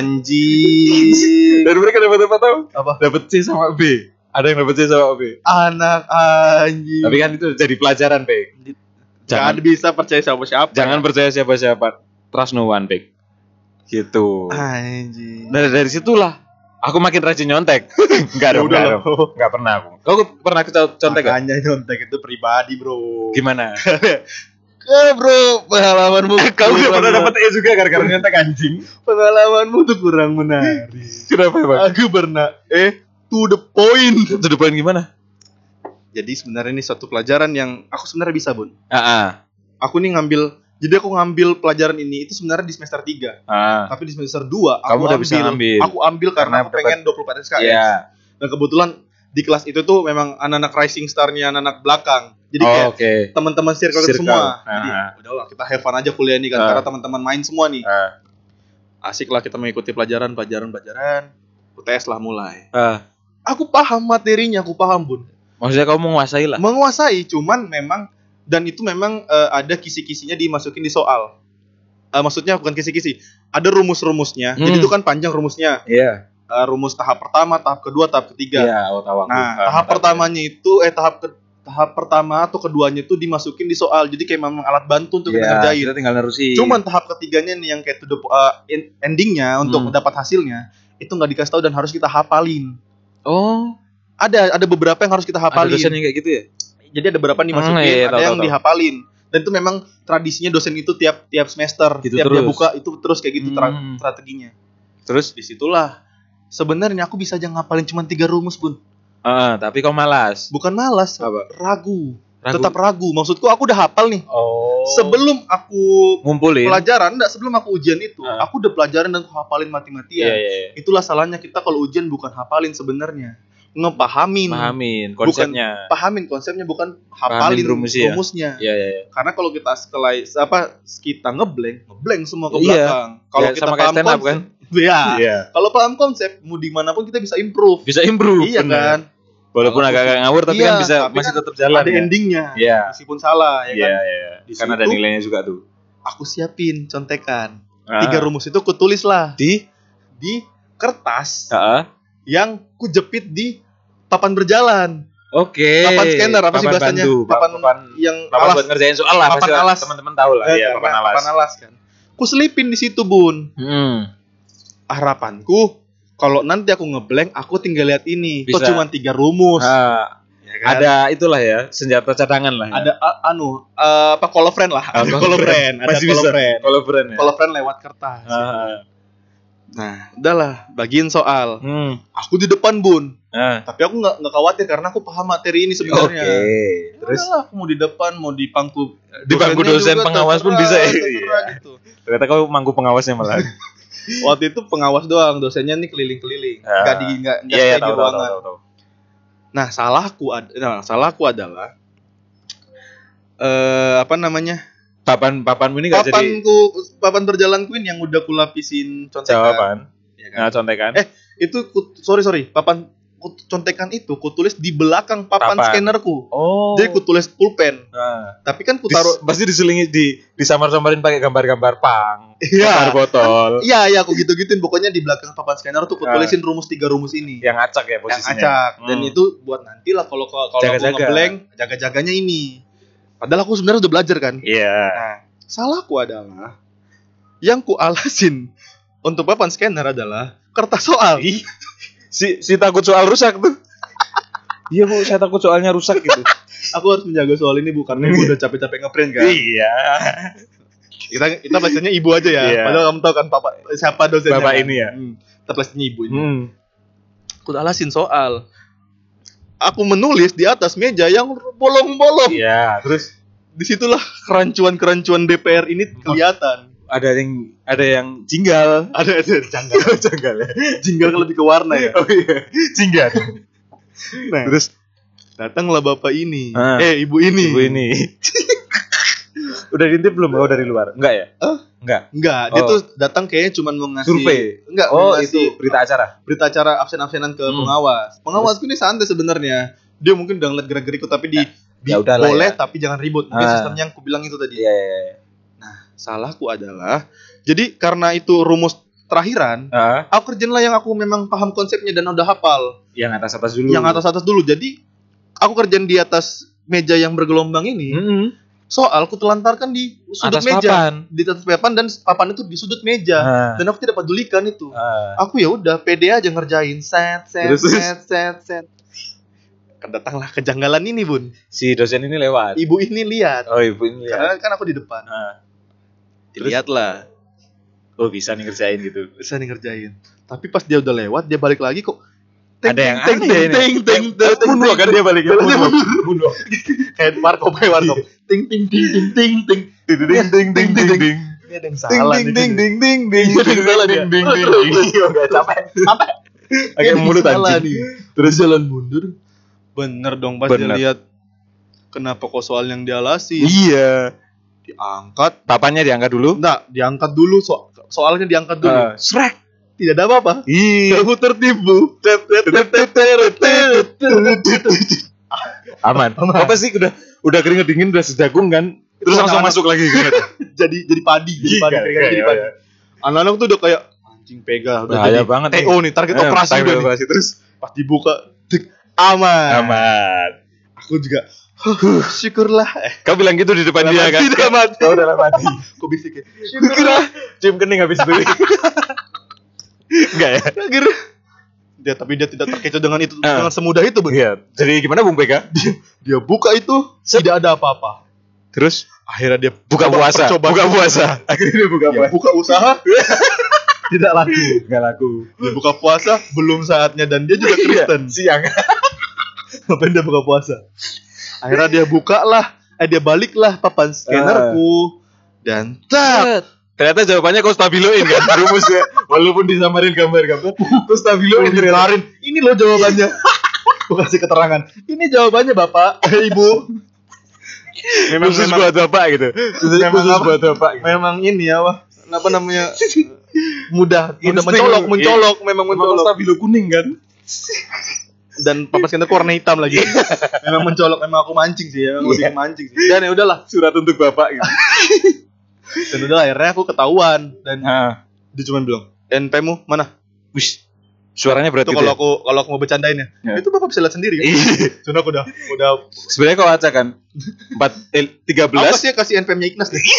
anjing. Dan mereka dapat apa tahu? Apa? Dapat C sama B. Ada yang dapat C sama B. Anak anjing. Tapi kan itu jadi pelajaran, Bek. Jangan bisa percaya siapa-siapa. Jangan percaya siapa-siapa. Trust no one, Bek. Gitu. Anjing. Nah, dari situlah aku makin rajin nyontek. Enggak dong, enggak dong. Enggak pernah aku. Kau pernah contek enggak? Makanya nyontek itu pribadi, Bro. Gimana? Ya bro, pengalamanmu Kau gak pernah dapat E juga gara-gara nyentek anjing. Pengalamanmu tuh kurang menarik. Kenapa bang? Aku pernah eh to the point. To the point gimana? Jadi sebenarnya ini suatu pelajaran yang aku sebenarnya bisa bun. Ah, ah. Aku nih ngambil, jadi aku ngambil pelajaran ini itu sebenarnya di semester tiga. Ah. Tapi di semester dua Kamu aku udah ambil, bisa ambil. Aku ambil karena, Karena aku pengen dua puluh empat S K S. Iya. Dan kebetulan di kelas itu tuh memang anak-anak rising star-nya anak-anak belakang. Jadi Oh, kayak oke. Okay. teman-teman circle, Circle. kita semua. Ah. Jadi udahlah kita have fun aja kuliah ini kan, Ah. karena teman-teman main semua nih. Ah. Asik lah kita mengikuti pelajaran, pelajaran, pelajaran. U T S lah mulai. Ah. Aku paham materinya, aku paham bun. Maksudnya kamu menguasai lah. Menguasai, cuman memang dan itu memang uh, ada kisi-kisinya dimasukin di soal. Uh, maksudnya bukan kisi-kisi, ada rumus-rumusnya. Hmm. Jadi itu kan panjang rumusnya. Iya. Uh, rumus tahap pertama, tahap kedua, tahap ketiga. Iya, aku tahu aku. Nah, Ah, tahap tahu. pertamanya itu eh tahap ke, tahap pertama atau keduanya itu dimasukin di soal. Jadi kayak memang alat bantu untuk kita Iya, ngerjain. kita tinggal nerusin. Cuman tahap ketiganya nih yang kayak to the, uh, endingnya untuk Hmm. dapat hasilnya itu nggak dikasih tahu dan harus kita hafalin. Oh, Ada ada beberapa yang harus kita ada hafalin. dosen yang kayak gitu ya? Jadi ada beberapa dimasukin, Hmm, iya, ada tahu, yang tahu, tahu. dihafalin. Dan itu memang tradisinya dosen itu tiap tiap semester, Gitu tiap dia terus. buka itu terus kayak gitu tra- Hmm. strateginya. Terus? Disitulah sebenarnya aku bisa aja ngapalin cuma tiga rumus bun. Ah, tapi kau malas. Bukan malas, Apa? ragu. Ragu? Tetap ragu. Maksudku aku udah hafal nih. Oh. Sebelum aku ngumpulin. pelajaran, enggak sebelum aku ujian itu, Ah. aku udah pelajaran dan aku hafalin mati-matian. Iya, iya, iya. Itulah salahnya kita kalau ujian bukan hafalin sebenarnya, ngepahamin. Pahamin konsepnya. Pahamin konsepnya bukan hafalin Pahamin rumusnya. rumusnya. Iya, iya, iya. Karena kalau kita sekelai apa kita ngeblank, ngeblank semua ke Iya. belakang. Kalau Ya, kita sama kayak paham stand up, konsep, kan? ya. Iya. Kalau paham konsep, mau dimanapun kita bisa improve. Bisa improve. Iya bener. kan? Walaupun Kalau- agak-agak ngawur tapi Iya, kan bisa tapi masih kan tetap jalan. Ada ya? endingnya, Iya. meskipun salah ya Iya, kan. iya, iya. Di Kan ada situ- nilainya juga tuh. Aku siapin contekan. Ah. Tiga rumus itu kutulis lah Di di kertas Heeh. yang kujepit di papan berjalan. Oke. Papan scanner apa sih Papan bahasanya? bantu. Papan, papan yang papan alas. buat ngerjain soal lah. Papan pasti alas. Teman-teman tahu lah. Eh, Iya, karena papan alas. papan alas kan. Ku selipin di situ, Bun. Hmm. Harapanku kalau nanti aku ngeblank, aku tinggal lihat ini. Kok Bisa. cuma tiga rumus. Ah, Ya kan? ada itulah ya, senjata cadangan lah. Ya. ada a- anu eh, apa call friend lah. Ah, Ada call call friend. friend, ada Masih call bisa. friend. Kalau brand ya. Call friend lewat kertas. Ah. Nah, udahlah, bagiin soal. Hmm. Aku di depan, Bun. Ah. Tapi aku nggak nggak khawatir karena aku paham materi ini Oke. sebenarnya. Terus Udahlah, aku mau di depan, mau di pangku Di pangku dosennya dosen juga pengawas pun terserah, bisa ya? terserah Iya. gitu. ternyata kau mangku pengawasnya malah. Waktu itu pengawas doang, dosennya nih keliling-keliling, Ah. nggak di nggak nggak Iya, iya, stay di tahu, tahu, ruangan. tahu, tahu. Nah, salahku ad- nah, salahku adalah eh apa namanya? Papan papanmu ini enggak jadi Papanku papan berjalan Queen yang udah kulapisin contekan. jawaban. Ya kan? Nah, contekan. Eh, itu ku, sorry sorry, papan ku- contekan itu kutulis di belakang papan, Papan. scannerku. Oh. Jadi kutulis pulpen. Nah. Tapi kan ku Dis- taruh pasti diselingi di disamar-samarin pakai gambar-gambar pang, Iya. gambar botol. Iya, iya aku gitu-gituin. Pokoknya di belakang papan scanner tuh kutulisin rumus tiga rumus ini. Yang acak ya Yang posisinya. acak. Dan Hmm. itu buat nanti lah kalau kalau aku Jaga-jaga. ngeblank, jaga-jaganya ini. Padahal aku sebenarnya udah belajar kan. Iya. Nah, salahku adalah yang ku alasin untuk papan scanner adalah kertas soal. Ih, si si takut soal rusak tuh. Iya bu, saya takut soalnya rusak gitu. Aku harus menjaga soal ini bu karena ibu udah capek-capek ngeprint kan. Iya. Kita kita belajarnya ibu aja ya. Iya. Padahal kamu tahu kan papa siapa dosennya. Bapak kan? ini ya? Hmm. Kita belajarnya ibu ini. Hmm. Aku alasin soal. Aku menulis di atas meja yang bolong-bolong. Iya. Terus Disitulah kerancuan-kerancuan D P R ini kelihatan. ada yang ada yang jinggal. Ada ada janggal. Janggal ya. Jinggal kan lebih ke warna ya. Oh iya. Jinggal. Nah, Terus datanglah bapak ini. Ah. Eh, ibu ini. ibu ini. Udah diintip belum? Oh dari luar. Enggak ya? Hah? Enggak. Enggak, dia Oh. tuh datang kayaknya cuma mau ngasih Survei. Enggak, Oh, mau ngasih itu berita acara. berita acara absen-absenan ke Hmm. pengawas. Pengawasku ini santai sebenarnya. Dia mungkin udah ngeliat gerak-gerikku tapi di, di ya udahlah boleh ya. tapi jangan ribut. Mungkin Ah. sistemnya yang aku bilang itu tadi. Iya. iya, iya. Salahku adalah jadi karena itu rumus terakhiran, Ah, aku kerjain lah yang aku memang paham konsepnya dan udah hafal. yang atas atas dulu. Yang atas-atas dulu. Jadi aku kerjain di atas meja yang bergelombang ini. Mm-mm. Soal ku telantarkan di sudut Atas meja, papan. di atas papan dan papan itu di sudut meja. Ah. Dan aku tidak pedulikan itu. Ah. Aku ya udah pede aja ngerjain set set Terus, terus? set set set. Kedatanglah kejanggalan ini, Bun. Si dosen ini lewat. Ibu ini lihat. Oh, ibu ini Karena lihat. kan aku di depan. Nah, Dilihatlah. oh bisa nih ngerjain gitu. Bisa nih ngerjain. Tapi pas dia udah lewat, dia balik lagi kok. Ada yang teng, aneh teng, ini. teng, teng, teng, teng, Mundur kan dia balik. Jalannya Mundur. Mundur. kayak warkop kayak warkop. Ting ting ting ting ting ting. Ding ding ding ding ding. Ini ada yang Ding salah ding nih. ding ding ding ding. Ada yang salah dia. Ding ding ding. Iya, enggak capek. Capek. Agak mulut salah anjing. nih. Terus jalan mundur. Bener dong pas Bener. dia lihat kenapa kok soal yang dialasi Iya. diangkat. Papannya diangkat dulu. Enggak, diangkat dulu so soalnya diangkat dulu. Uh, Shrek. Tidak ada apa-apa. Iya. Kamu tertipu. Aman. Aman. Apa sih udah udah keringet dingin udah sejagung kan? Terus Itu langsung anak-anak- masuk lagi gitu. jadi jadi padi, jadi Iya, padi, iya, keringatnya jadi iya, padi. iya. Anak-anak tuh udah kayak anjing pega, udah Bahaya jadi banget T O nih, target Eh, operasi target udah nih. operasi. Terus Pas dibuka, dik, aman. aman. Aku juga, huh, syukurlah. Eh, Kau bilang gitu di depan Dalam dia hati, kan? dalam hati. Kau dalam hati. aku bisiknya, syukurlah. Cium kening habis itu. Enggak ya? Akhir. Dia tapi dia tidak terkecoh dengan itu, Ah. dengan semudah itu, Bang. Iya. Jadi gimana Bung Peka? Dia buka itu, tidak ada apa-apa. Terus Akhirnya dia buka coba puasa. percobaan. Buka puasa. Akhirnya dia buka Dia puasa. buka usaha, tidak laku. Enggak laku. Dia buka puasa, belum saatnya dan dia juga Kristen. Siang. Ngapain dia buka puasa? Akhirnya dia buka lah, eh dia balik lah papan scannerku dan tak. Ternyata jawabannya kau stabiloin kan rumusnya. Walaupun disamarin gambar-gambar, kau stabiloin ternyata. Kelarin, ini loh jawabannya. Aku kasih keterangan. Ini jawabannya Bapak, eh, Ibu. Memang Khusus memang, buat bapak gitu. Memang Khusus apa? buat bapak. Gitu. memang ini ya, wah. Apa namanya? Mudah, mudah Insting. mencolok, mencolok, memang Memang mencolok. stabilo kuning kan? Dan papan scannerku warna hitam lagi. Memang mencolok, memang aku mancing sih, memang Iya. lebih mancing sih. Dan ya udahlah, Surat untuk bapak gitu. dan udah akhirnya aku ketahuan dan Nah, dia cuma bilang, N P-mu mana? wis. Suaranya berat Itu gitu kalau ya? aku kalau aku mau bercandain ya. Ya. Itu Bapak bisa lihat sendiri kan. Iya. Cuma aku udah udah Sebenarnya kau acak kan? empat eh, tiga apa belas. sih kasih N P-nya Ignas deh.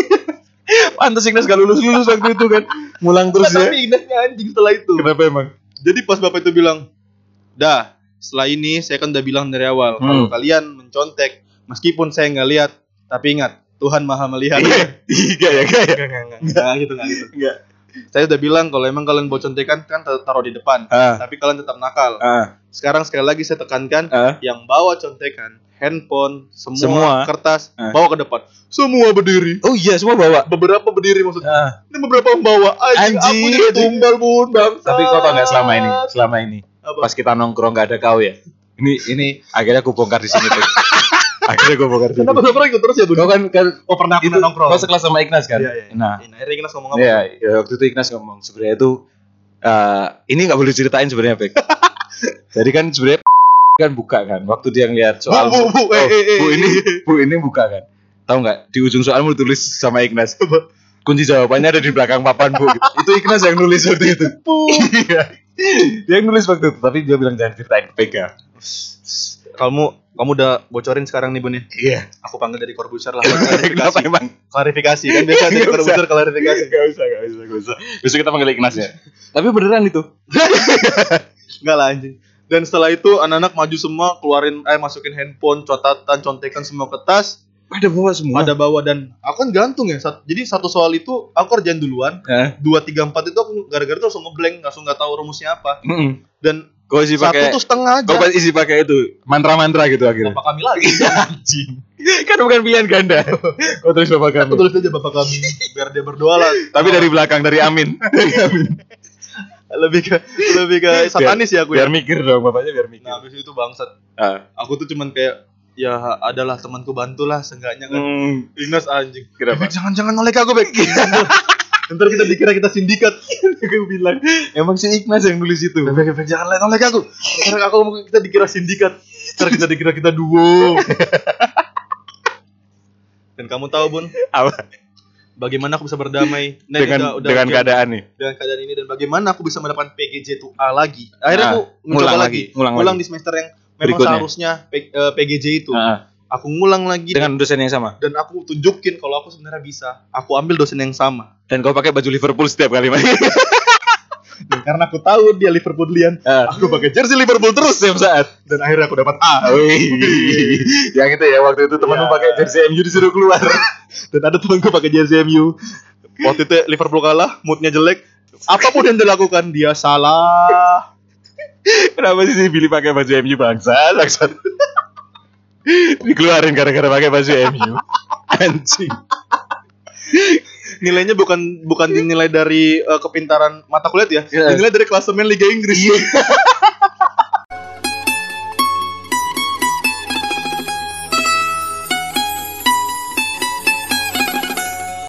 Pantes Ignas gak lulus-lulus waktu itu kan. Ngulang terus ya. Tapi Ignasnya anjing setelah itu. Kenapa emang? Jadi pas Bapak itu bilang, "Dah, setelah ini saya kan udah bilang dari awal, Hmm. kalau kalian mencontek meskipun saya nggak lihat, tapi ingat Tuhan Maha melihat." Iya ya, kayak ya. Enggak, enggak, enggak. Enggak gitu, enggak gitu. Enggak. Saya udah bilang kalau emang kalian mau contekan kan tar- taruh di depan, Ah. tapi kalian tetap nakal. Ah, Sekarang sekali lagi saya tekankan, ah. yang bawa contekan, handphone, semua, Semua. kertas, Ah. bawa ke depan. Semua berdiri. Oh iya, semua bawa. Beberapa berdiri maksudnya. Ah. Ini beberapa membawa. Anjing, Anjing, aku jadi anjing. tumbal, Bun, bangsa. Tapi kau tau nggak selama ini? Selama ini Apa? pas kita nongkrong nggak ada kau ya. Ini ini akhirnya aku bongkar di sini tuh. Akhirnya gue bongkar di sini. Kenapa nongkrong ikut terus ya, Bun? Kau kan kan Oh, pernah itu pernah nongkrong. kau sekelas sama Ignas kan? Iya, iya. Nah, Nah, akhirnya Ignas ngomong apa? ya, ya waktu itu Ignas ngomong sebenarnya itu eh, ini nggak boleh ceritain sebenarnya, Bek. Jadi kan sebenarnya kan buka kan waktu dia ngeliat soal Bu, bu, bu, oh, eh, eh, eh. bu ini bu ini buka kan. Tahu nggak di ujung soalmu tulis sama Ignas. Kunci jawabannya ada di belakang papan, Bu. Gitu. Itu Ignas yang nulis waktu itu. Iya. Dia yang nulis waktu itu, tapi dia bilang jangan ceritain ke Pega. Kamu kamu udah bocorin sekarang nih, Bun ya. Iya. Aku panggil dari korbuser lah. Kenapa klarifikasi. emang? Klarifikasi kan biasa dari Nggak usah. korbuser klarifikasi. Gak usah, gak usah, gak usah. Besok kita panggil Ignas ya. Tapi beneran itu. Enggak lah anjing. Dan setelah itu anak-anak maju semua, keluarin eh masukin handphone, catatan, contekan semua ke tas, Ada bawa semua. pada bawa dan aku kan gantung ya. Sat- jadi satu soal itu aku kerjain duluan, Hah? dua tiga empat itu aku gara-gara tuh langsung ngeblank, langsung nggak tahu rumusnya apa. Mm-mm. Dan Kau isi satu pakai. tuh setengah aja. Kau isi pakai itu mantra-mantra gitu akhirnya. Bapak kami lagi. Anjing. Kan bukan pilihan ganda. Kau tulis bapak kami. Aku tulis aja bapak kami biar dia berdoa lah. Tapi dari belakang dari Amin. Dari Amin. lebih ke lebih ke satanis ya aku ya. Biar mikir dong bapaknya biar mikir. Nah, habis itu bangsat. Ah. Aku tuh cuman kayak ya adalah temanku bantulah seenggaknya kan. Hmm. Ignas anjing. Kenapa? Bek, jangan-jangan oleh aku, Bek. Ntar kita dikira kita sindikat. Gue bilang emang si Ignas yang nulis itu. Bek, Bek, jangan oleh aku. Ntar aku ngomong kita dikira sindikat. Ntar kita dikira kita duo. Dan kamu tahu, Bun, Apa? bagaimana aku bisa berdamai nah, dengan udah- udah dengan ujian. keadaan nih. dengan keadaan ini dan bagaimana aku bisa mendapatkan P G J to A lagi. Akhirnya Ah, aku mencoba ngulang lagi, lagi, ngulang ngulang lagi. di semester yang memang Berikutnya. seharusnya P, eh, P G J itu. Ah, Aku ngulang lagi dengan dosen yang sama. dan aku tunjukin kalau aku sebenarnya bisa. Aku ambil dosen yang sama. Dan kau pakai baju Liverpool setiap kali main. Dan karena aku tahu dia Liverpoolian, Ah. aku pakai jersey Liverpool terus Setiap saat. dan akhirnya aku dapat A. Wih. Yang itu ya waktu itu temanmu Iya. pakai jersey M U disuruh keluar. Dan ada temanku pakai jersey M U. Waktu itu Liverpool kalah, moodnya jelek. Apapun yang dilakukan dia salah. Kenapa sih si Billy pakai baju M U bangsa? Langsung dikeluarin gara-gara pakai baju M U. Anjing. Nilainya bukan bukan dinilai dari uh, kepintaran mata kuliah ya, Iya. dinilai dari klasemen Liga Inggris.